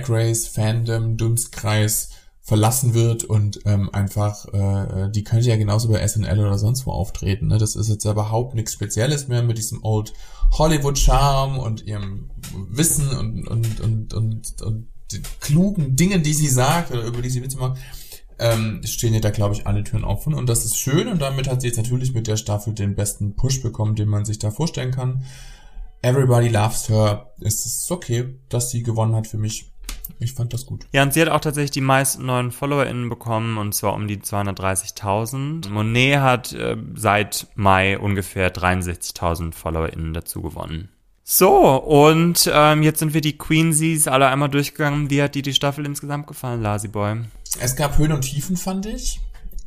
Race-Fandom-Dunstkreis verlassen wird und ähm, einfach, äh, die könnte ja genauso bei S N L oder sonst wo auftreten. Ne? Das ist jetzt überhaupt nichts Spezielles mehr mit diesem Old Hollywood-Charme und ihrem Wissen und und und und, und den klugen Dingen, die sie sagt oder über die sie Witze macht. Ähm, stehen ihr da, glaube ich, alle Türen offen und das ist schön und damit hat sie jetzt natürlich mit der Staffel den besten Push bekommen, den man sich da vorstellen kann. Everybody loves her. Es ist okay, dass sie gewonnen hat für mich. Ich fand das gut. Ja, und sie hat auch tatsächlich die meisten neuen FollowerInnen bekommen, und zwar um die zweihundertdreißigtausend. Monet hat äh, seit Mai ungefähr dreiundsechzigtausend FollowerInnen dazu gewonnen. So, und ähm, jetzt sind wir die Queensies alle einmal durchgegangen. Wie hat dir die Staffel insgesamt gefallen, Lazyboy? Es gab Höhen und Tiefen, fand ich.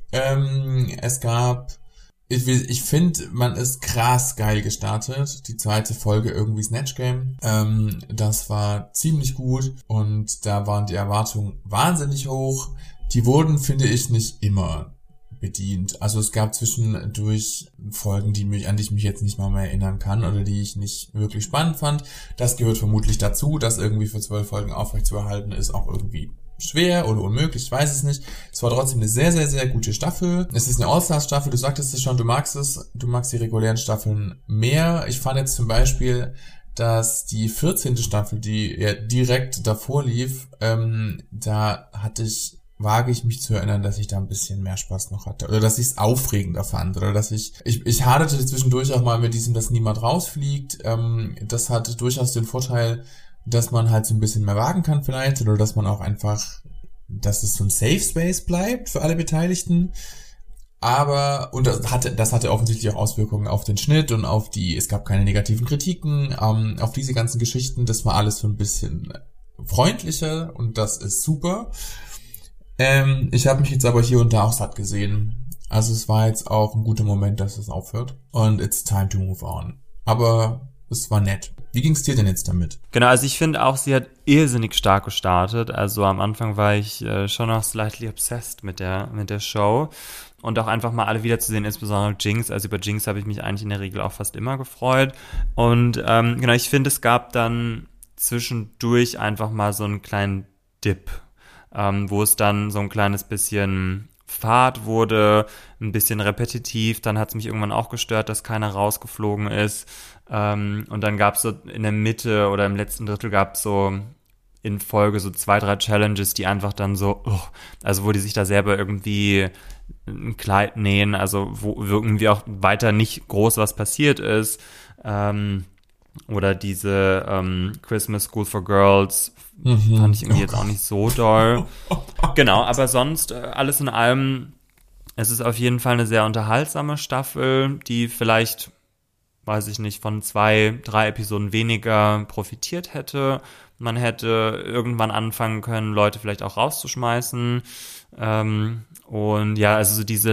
Ähm, es gab... Ich, ich finde, man ist krass geil gestartet. Die zweite Folge irgendwie Snatch Game. Ähm, das war ziemlich gut und da waren die Erwartungen wahnsinnig hoch. Die wurden, finde ich, nicht immer bedient. Also es gab zwischendurch Folgen, die mich, an die ich mich jetzt nicht mal mehr erinnern kann oder die ich nicht wirklich spannend fand. Das gehört vermutlich dazu, das irgendwie für zwölf Folgen aufrechtzuerhalten ist auch irgendwie schwer oder unmöglich, ich weiß es nicht. Es war trotzdem eine sehr, sehr, sehr gute Staffel. Es ist eine All-Stars-Staffel, du sagtest es schon, du magst es, du magst die regulären Staffeln mehr. Ich fand jetzt zum Beispiel, dass die vierzehnte Staffel, die ja direkt davor lief, ähm, da hatte ich, wage ich mich zu erinnern, dass ich da ein bisschen mehr Spaß noch hatte. Oder dass ich es aufregender fand. Oder dass ich, ich, ich haderte zwischendurch auch mal mit diesem, dass niemand rausfliegt. Ähm, das hat durchaus den Vorteil, dass man halt so ein bisschen mehr wagen kann vielleicht, oder dass man auch einfach, dass es so ein Safe Space bleibt für alle Beteiligten. Aber, und das hatte, das hatte offensichtlich auch Auswirkungen auf den Schnitt und auf die, es gab keine negativen Kritiken, ähm, auf diese ganzen Geschichten, das war alles so ein bisschen freundlicher und das ist super. Ähm, ich habe mich jetzt aber hier und da auch satt gesehen. Also es war jetzt auch ein guter Moment, dass es aufhört. Und it's time to move on. Aber es war nett. Wie ging's dir denn jetzt damit? Genau, also ich finde auch, sie hat irrsinnig stark gestartet. Also am Anfang war ich äh, schon noch slightly obsessed mit der mit der Show. Und auch einfach mal alle wiederzusehen, insbesondere Jinx. Also über Jinx habe ich mich eigentlich in der Regel auch fast immer gefreut. Und ähm, genau, ich finde, es gab dann zwischendurch einfach mal so einen kleinen Dip, ähm, wo es dann so ein kleines bisschen Fahrt wurde, ein bisschen repetitiv. Dann hat es mich irgendwann auch gestört, dass keiner rausgeflogen ist. Ähm, und dann gab es so in der Mitte oder im letzten Drittel gab es so in Folge so zwei, drei Challenges, die einfach dann so, oh, also wo die sich da selber irgendwie ein Kleid nähen, also wo irgendwie auch weiter nicht groß was passiert ist. Ähm, oder diese ähm, Christmas School for Girls mhm. fand ich irgendwie oh jetzt Gott. auch nicht so doll. Genau, aber sonst äh, alles in allem, es ist auf jeden Fall eine sehr unterhaltsame Staffel, die vielleicht, weiß ich nicht, von zwei, drei Episoden weniger profitiert hätte. Man hätte irgendwann anfangen können, Leute vielleicht auch rauszuschmeißen. Ähm, und ja, also so diese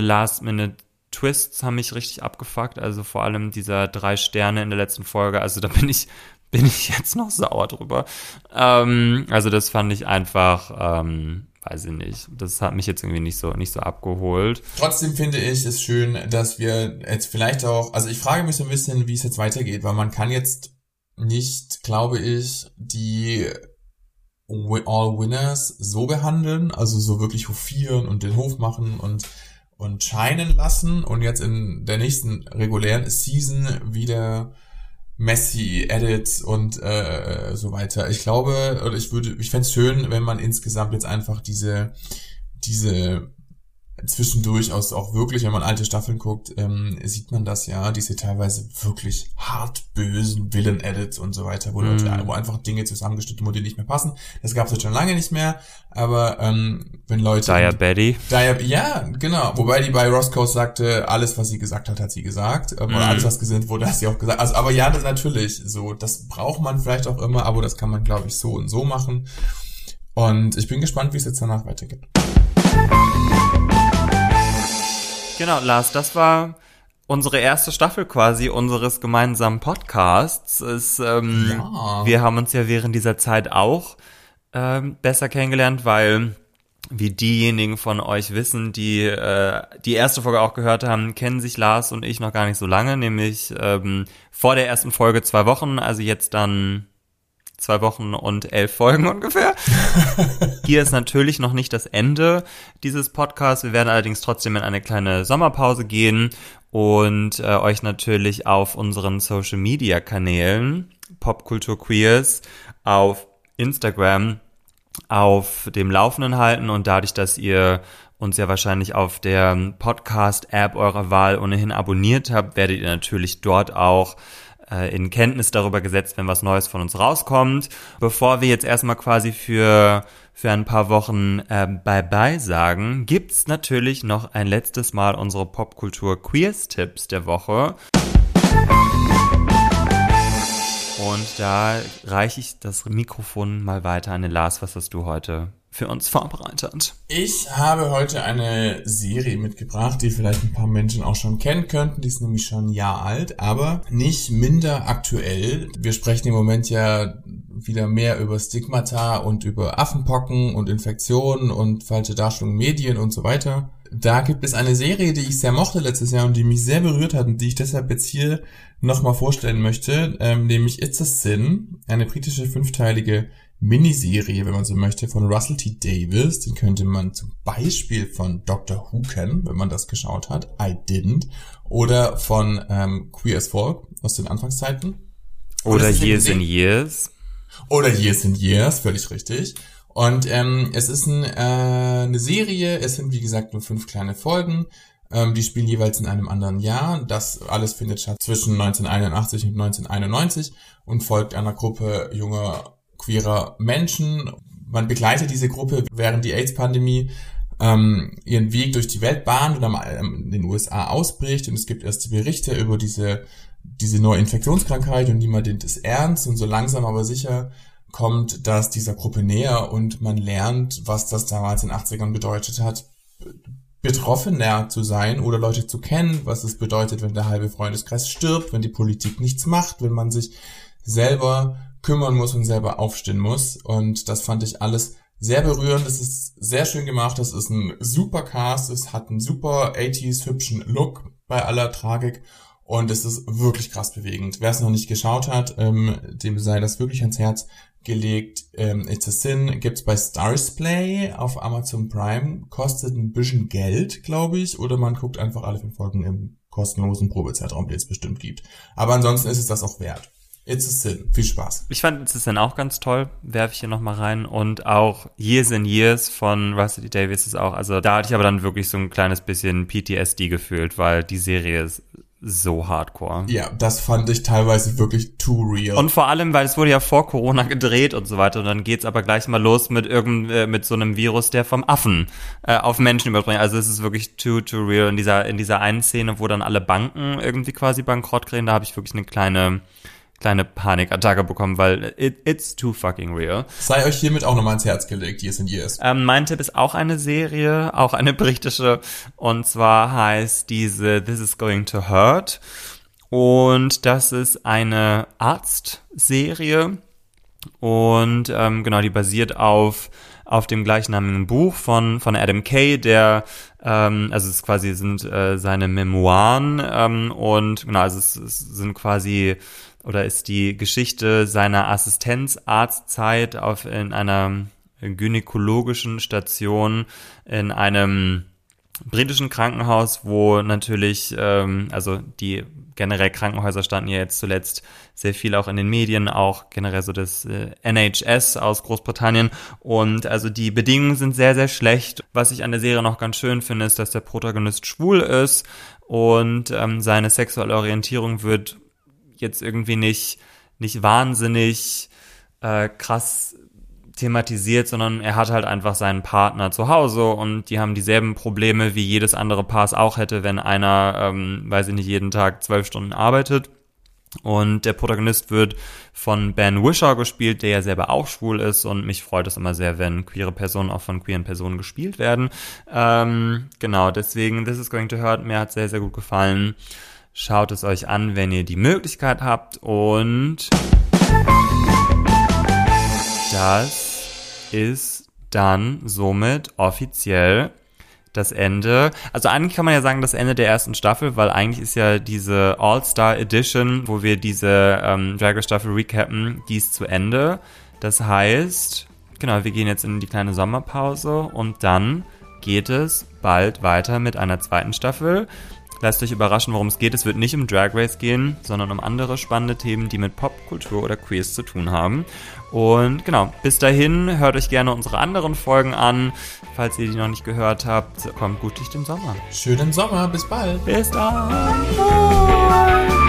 Last-Minute-Twists haben mich richtig abgefuckt. Also vor allem dieser drei Sterne in der letzten Folge. Also da bin ich bin ich jetzt noch sauer drüber. Ähm, also das fand ich einfach, ähm, weiß ich nicht, das hat mich jetzt irgendwie nicht so nicht so abgeholt. Trotzdem finde ich es schön, dass wir jetzt vielleicht auch, also ich frage mich so ein bisschen, wie es jetzt weitergeht, weil man kann jetzt nicht, glaube ich, die All Winners so behandeln, also so wirklich hofieren und den Hof machen und und scheinen lassen und jetzt in der nächsten regulären Season wieder messy Edits und äh, so weiter. Ich glaube, oder ich würde, ich fände es schön, wenn man insgesamt jetzt einfach diese diese zwischendurch aus auch wirklich, wenn man alte Staffeln guckt, ähm, sieht man das ja, diese teilweise wirklich hart bösen Villain-Edits und so weiter, wo, mm. Leute, wo einfach Dinge zusammengeschnitten wurden, die nicht mehr passen. Das gab es jetzt schon lange nicht mehr, aber ähm, wenn Leute... Daya Betty. Daya, ja, genau. Wobei die bei Roscoe sagte, alles, was sie gesagt hat, hat sie gesagt. Ähm, mm. Oder alles, was gesinnt wurde, hat sie auch gesagt. Also, aber ja, das natürlich so. Das braucht man vielleicht auch immer, aber das kann man, glaube ich, so und so machen. Und ich bin gespannt, wie es jetzt danach weitergeht. Genau, Lars, das war unsere erste Staffel quasi unseres gemeinsamen Podcasts. Es, ähm, ja. Wir haben uns ja während dieser Zeit auch ähm, besser kennengelernt, weil, wie diejenigen von euch wissen, die äh, die erste Folge auch gehört haben, kennen sich Lars und ich noch gar nicht so lange, nämlich ähm, vor der ersten Folge zwei Wochen, also jetzt dann zwei Wochen und elf Folgen ungefähr. Hier ist natürlich noch nicht das Ende dieses Podcasts. Wir werden allerdings trotzdem in eine kleine Sommerpause gehen und äh, euch natürlich auf unseren Social-Media-Kanälen Popkultur Queers auf Instagram auf dem Laufenden halten und dadurch, dass ihr uns ja wahrscheinlich auf der Podcast-App eurer Wahl ohnehin abonniert habt, werdet ihr natürlich dort auch in Kenntnis darüber gesetzt, wenn was Neues von uns rauskommt. Bevor wir jetzt erstmal quasi für für ein paar Wochen äh, Bye-bye sagen, gibt's natürlich noch ein letztes Mal unsere Popkultur-Queers-Tipps der Woche. Und da reiche ich das Mikrofon mal weiter an den Lars. Was hast du heute für uns vorbereitet? Ich habe heute eine Serie mitgebracht, die vielleicht ein paar Menschen auch schon kennen könnten. Die ist nämlich schon ein Jahr alt, aber nicht minder aktuell. Wir sprechen im Moment ja wieder mehr über Stigmata und über Affenpocken und Infektionen und falsche Darstellung in Medien und so weiter. Da gibt es eine Serie, die ich sehr mochte letztes Jahr und die mich sehr berührt hat und die ich deshalb jetzt hier nochmal vorstellen möchte, ähm, nämlich It's a Sin, eine britische fünfteilige Miniserie, wenn man so möchte, von Russell T. Davies. Den könnte man zum Beispiel von Doctor Who kennen, wenn man das geschaut hat. I didn't. Oder von ähm, Queer as Folk aus den Anfangszeiten. Oder Years and Years. Oder Years and Years, völlig richtig. Und ähm, es ist ein, äh, eine Serie, es sind wie gesagt nur fünf kleine Folgen, ähm, die spielen jeweils in einem anderen Jahr. Das alles findet statt zwischen neunzehnhunderteinundachtzig und neunzehnhunderteinundneunzig und folgt einer Gruppe junger queerer Menschen. Man begleitet diese Gruppe während die AIDS-Pandemie ähm, ihren Weg durch die Welt bahnt und dann in den U S A ausbricht und es gibt erste Berichte über diese diese neue Infektionskrankheit und niemand nimmt es ernst und so langsam aber sicher kommt das dieser Gruppe näher und man lernt, was das damals in den achtzigern bedeutet hat, Betroffener zu sein oder Leute zu kennen, was es bedeutet, wenn der halbe Freundeskreis stirbt, wenn die Politik nichts macht, wenn man sich selber kümmern muss und selber aufstehen muss. Und das fand ich alles sehr berührend. Es ist sehr schön gemacht. Es ist ein super Cast. Es hat einen super achtziger hübschen Look bei aller Tragik. Und es ist wirklich krass bewegend. Wer es noch nicht geschaut hat, ähm, dem sei das wirklich ans Herz gelegt. Ähm, It's a Sin gibt's bei Starsplay auf Amazon Prime. Kostet ein bisschen Geld, glaube ich. Oder man guckt einfach alle fünf Folgen im kostenlosen Probezeitraum, den es bestimmt gibt. Aber ansonsten ist es das auch wert. It's a Sin. Viel Spaß. Ich fand It's a Sin auch ganz toll. Werfe ich hier nochmal rein. Und auch Years and Years von Russell T. Davies ist auch, also da hatte ich aber dann wirklich so ein kleines bisschen P T S D gefühlt, weil die Serie ist so hardcore. Ja, das fand ich teilweise wirklich too real. Und vor allem, weil es wurde ja vor Corona gedreht und so weiter und dann geht's aber gleich mal los mit irgend äh, mit so einem Virus, der vom Affen äh, auf Menschen überspringt. Also es ist wirklich too too real. In dieser in dieser einen Szene, wo dann alle Banken irgendwie quasi bankrott kriegen, da habe ich wirklich eine kleine kleine Panikattacke bekommen, weil it, it's too fucking real. Sei euch hiermit auch nochmal ins Herz gelegt, Years and Years. Ähm, mein Tipp ist auch eine Serie, auch eine britische, und zwar heißt diese This is Going to Hurt. Und das ist eine Arztserie. Und ähm, genau, die basiert auf auf dem gleichnamigen Buch von von Adam Kay, der ähm, also es quasi sind äh, seine Memoiren ähm, und genau, also es, es sind quasi oder ist die Geschichte seiner Assistenzarztzeit auf in einer gynäkologischen Station in einem britischen Krankenhaus, wo natürlich, ähm, also die generell Krankenhäuser standen ja jetzt zuletzt sehr viel auch in den Medien, auch generell so das äh, N H S aus Großbritannien und also die Bedingungen sind sehr, sehr schlecht. Was ich an der Serie noch ganz schön finde, ist, dass der Protagonist schwul ist und ähm, seine sexuelle Orientierung wird jetzt irgendwie nicht, nicht wahnsinnig äh, krass thematisiert, sondern er hat halt einfach seinen Partner zu Hause und die haben dieselben Probleme, wie jedes andere Paar es auch hätte, wenn einer, ähm, weiß ich nicht, jeden Tag zwölf Stunden arbeitet. Und der Protagonist wird von Ben Whishaw gespielt, der ja selber auch schwul ist und mich freut es immer sehr, wenn queere Personen auch von queeren Personen gespielt werden. Ähm, genau, deswegen This is Going to Hurt, mir hat sehr, sehr gut gefallen. Schaut es euch an, wenn ihr die Möglichkeit habt und das ist dann somit offiziell das Ende. Also eigentlich kann man ja sagen, das Ende der ersten Staffel, weil eigentlich ist ja diese All-Star Edition, wo wir diese ähm, Drag Race Staffel recappen, die ist zu Ende. Das heißt, genau, wir gehen jetzt in die kleine Sommerpause und dann geht es bald weiter mit einer zweiten Staffel. Lasst euch überraschen, worum es geht. Es wird nicht um Drag Race gehen, sondern um andere spannende Themen, die mit Popkultur oder Queers zu tun haben. Und genau, bis dahin hört euch gerne unsere anderen Folgen an. Falls ihr die noch nicht gehört habt, kommt gut durch den Sommer. Schönen Sommer, bis bald. Bis dann.